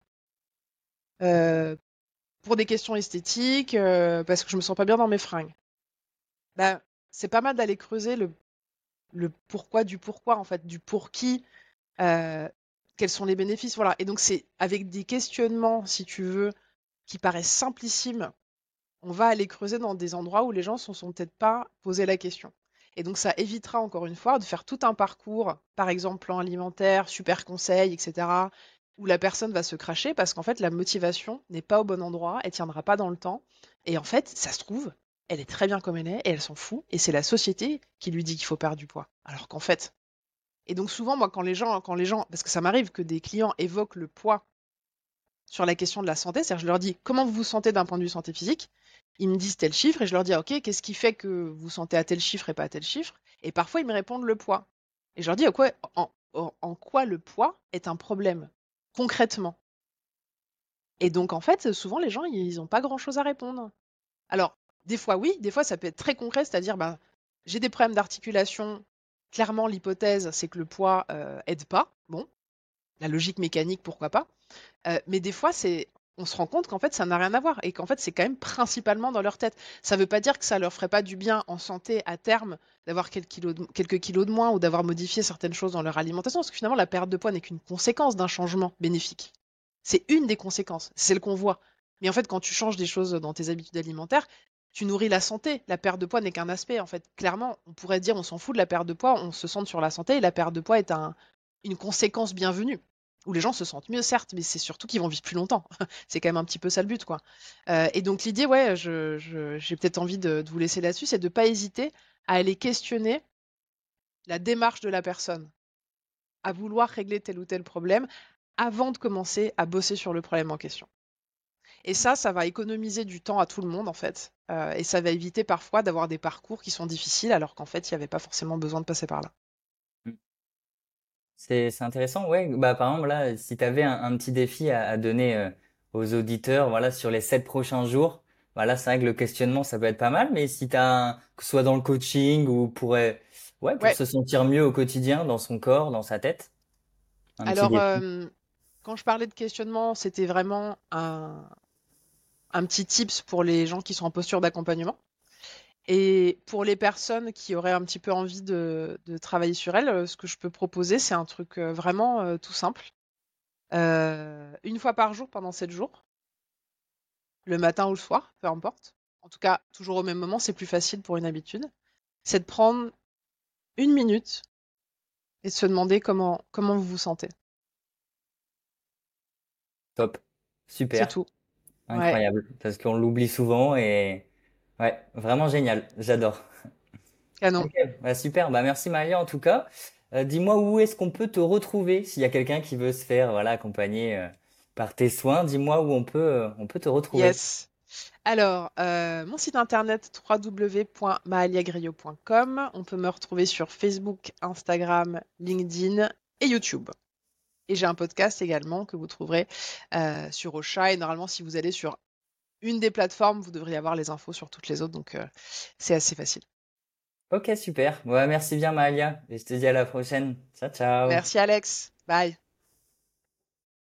euh, pour des questions esthétiques, parce que je me sens pas bien dans mes fringues. Ben, c'est pas mal d'aller creuser le pourquoi du pourquoi, en fait, du pour qui, euh, quels sont les bénéfices, voilà. Et donc c'est avec des questionnements, si tu veux, qui paraissent simplissimes, on va aller creuser dans des endroits où les gens ne se sont peut-être pas posé la question. Et donc ça évitera encore une fois de faire tout un parcours, par exemple plan alimentaire, super conseil, etc., où la personne va se cracher parce qu'en fait la motivation n'est pas au bon endroit, elle tiendra pas dans le temps. Et en fait, ça se trouve, elle est très bien comme elle est et elle s'en fout. Et c'est la société qui lui dit qu'il faut perdre du poids. Alors qu'en fait. Et donc souvent, moi, quand les gens, parce que ça m'arrive que des clients évoquent le poids sur la question de la santé, c'est-à-dire je leur dis comment vous vous sentez d'un point de vue santé physique, ils me disent tel chiffre et je leur dis ah, ok, qu'est-ce qui fait que vous sentez à tel chiffre et pas à tel chiffre? Et parfois ils me répondent le poids. Et je leur dis en quoi le poids est un problème concrètement. Et donc en fait souvent les gens ils n'ont pas grand-chose à répondre. Alors des fois oui, des fois ça peut être très concret, c'est-à-dire bah, j'ai des problèmes d'articulation. Clairement l'hypothèse c'est que le poids aide pas. Bon, la logique mécanique pourquoi pas. Mais des fois, on se rend compte qu'en fait, ça n'a rien à voir et qu'en fait, c'est quand même principalement dans leur tête. Ça ne veut pas dire que ça leur ferait pas du bien en santé à terme d'avoir quelques kilos de moins ou d'avoir modifié certaines choses dans leur alimentation, parce que finalement, la perte de poids n'est qu'une conséquence d'un changement bénéfique. C'est une des conséquences, c'est celle qu'on voit. Mais en fait, quand tu changes des choses dans tes habitudes alimentaires, tu nourris la santé. La perte de poids n'est qu'un aspect. En fait, clairement, on pourrait dire on s'en fout de la perte de poids, on se centre sur la santé et la perte de poids est une conséquence bienvenue où les gens se sentent mieux, certes, mais c'est surtout qu'ils vont vivre plus longtemps. C'est quand même un petit peu ça le but, quoi. Et donc l'idée, ouais, j'ai peut-être envie de vous laisser là-dessus, c'est de ne pas hésiter à aller questionner la démarche de la personne, à vouloir régler tel ou tel problème avant de commencer à bosser sur le problème en question. Et ça va économiser du temps à tout le monde, en fait. Et ça va éviter parfois d'avoir des parcours qui sont difficiles alors qu'en fait, il n'y avait pas forcément besoin de passer par là. C'est intéressant, ouais. Bah, par exemple, là, si tu avais un petit défi à donner aux auditeurs, voilà, sur les 7 prochains jours, voilà, c'est vrai que le questionnement, ça peut être pas mal, mais si que ce soit dans le coaching ou ouais, pour Ouais, se sentir mieux au quotidien, dans son corps, dans sa tête, un petit alors défi. quand je parlais de questionnement, c'était vraiment un, un petit tips pour les gens qui sont en posture d'accompagnement. Et pour les personnes qui auraient un petit peu envie de travailler sur elles, ce que je peux proposer, c'est un truc vraiment tout simple. Une fois par jour pendant 7 jours, le matin ou le soir, peu importe. En tout cas, toujours au même moment, c'est plus facile pour une habitude. C'est de prendre une minute et de se demander comment vous vous sentez. Top. C'est Super. tout. Ouais, Incroyable. Parce qu'on l'oublie souvent et ouais, vraiment génial. J'adore. canon. Ok, bah super. Bah merci Malia en tout cas. Dis-moi où est-ce qu'on peut te retrouver s'il y a quelqu'un qui veut se faire voilà accompagner par tes soins. Dis-moi où on peut te retrouver. Yes. Alors, mon site internet www.mahaliagrio.com. On peut me retrouver sur Facebook, Instagram, LinkedIn et YouTube. Et j'ai un podcast également que vous trouverez sur Ocha. Et normalement, si vous allez sur une des plateformes, vous devriez avoir les infos sur toutes les autres. Donc, c'est assez facile. Ok, super. Ouais, merci bien Malia et je te dis à la prochaine. Ciao, ciao. Merci Alex. Bye.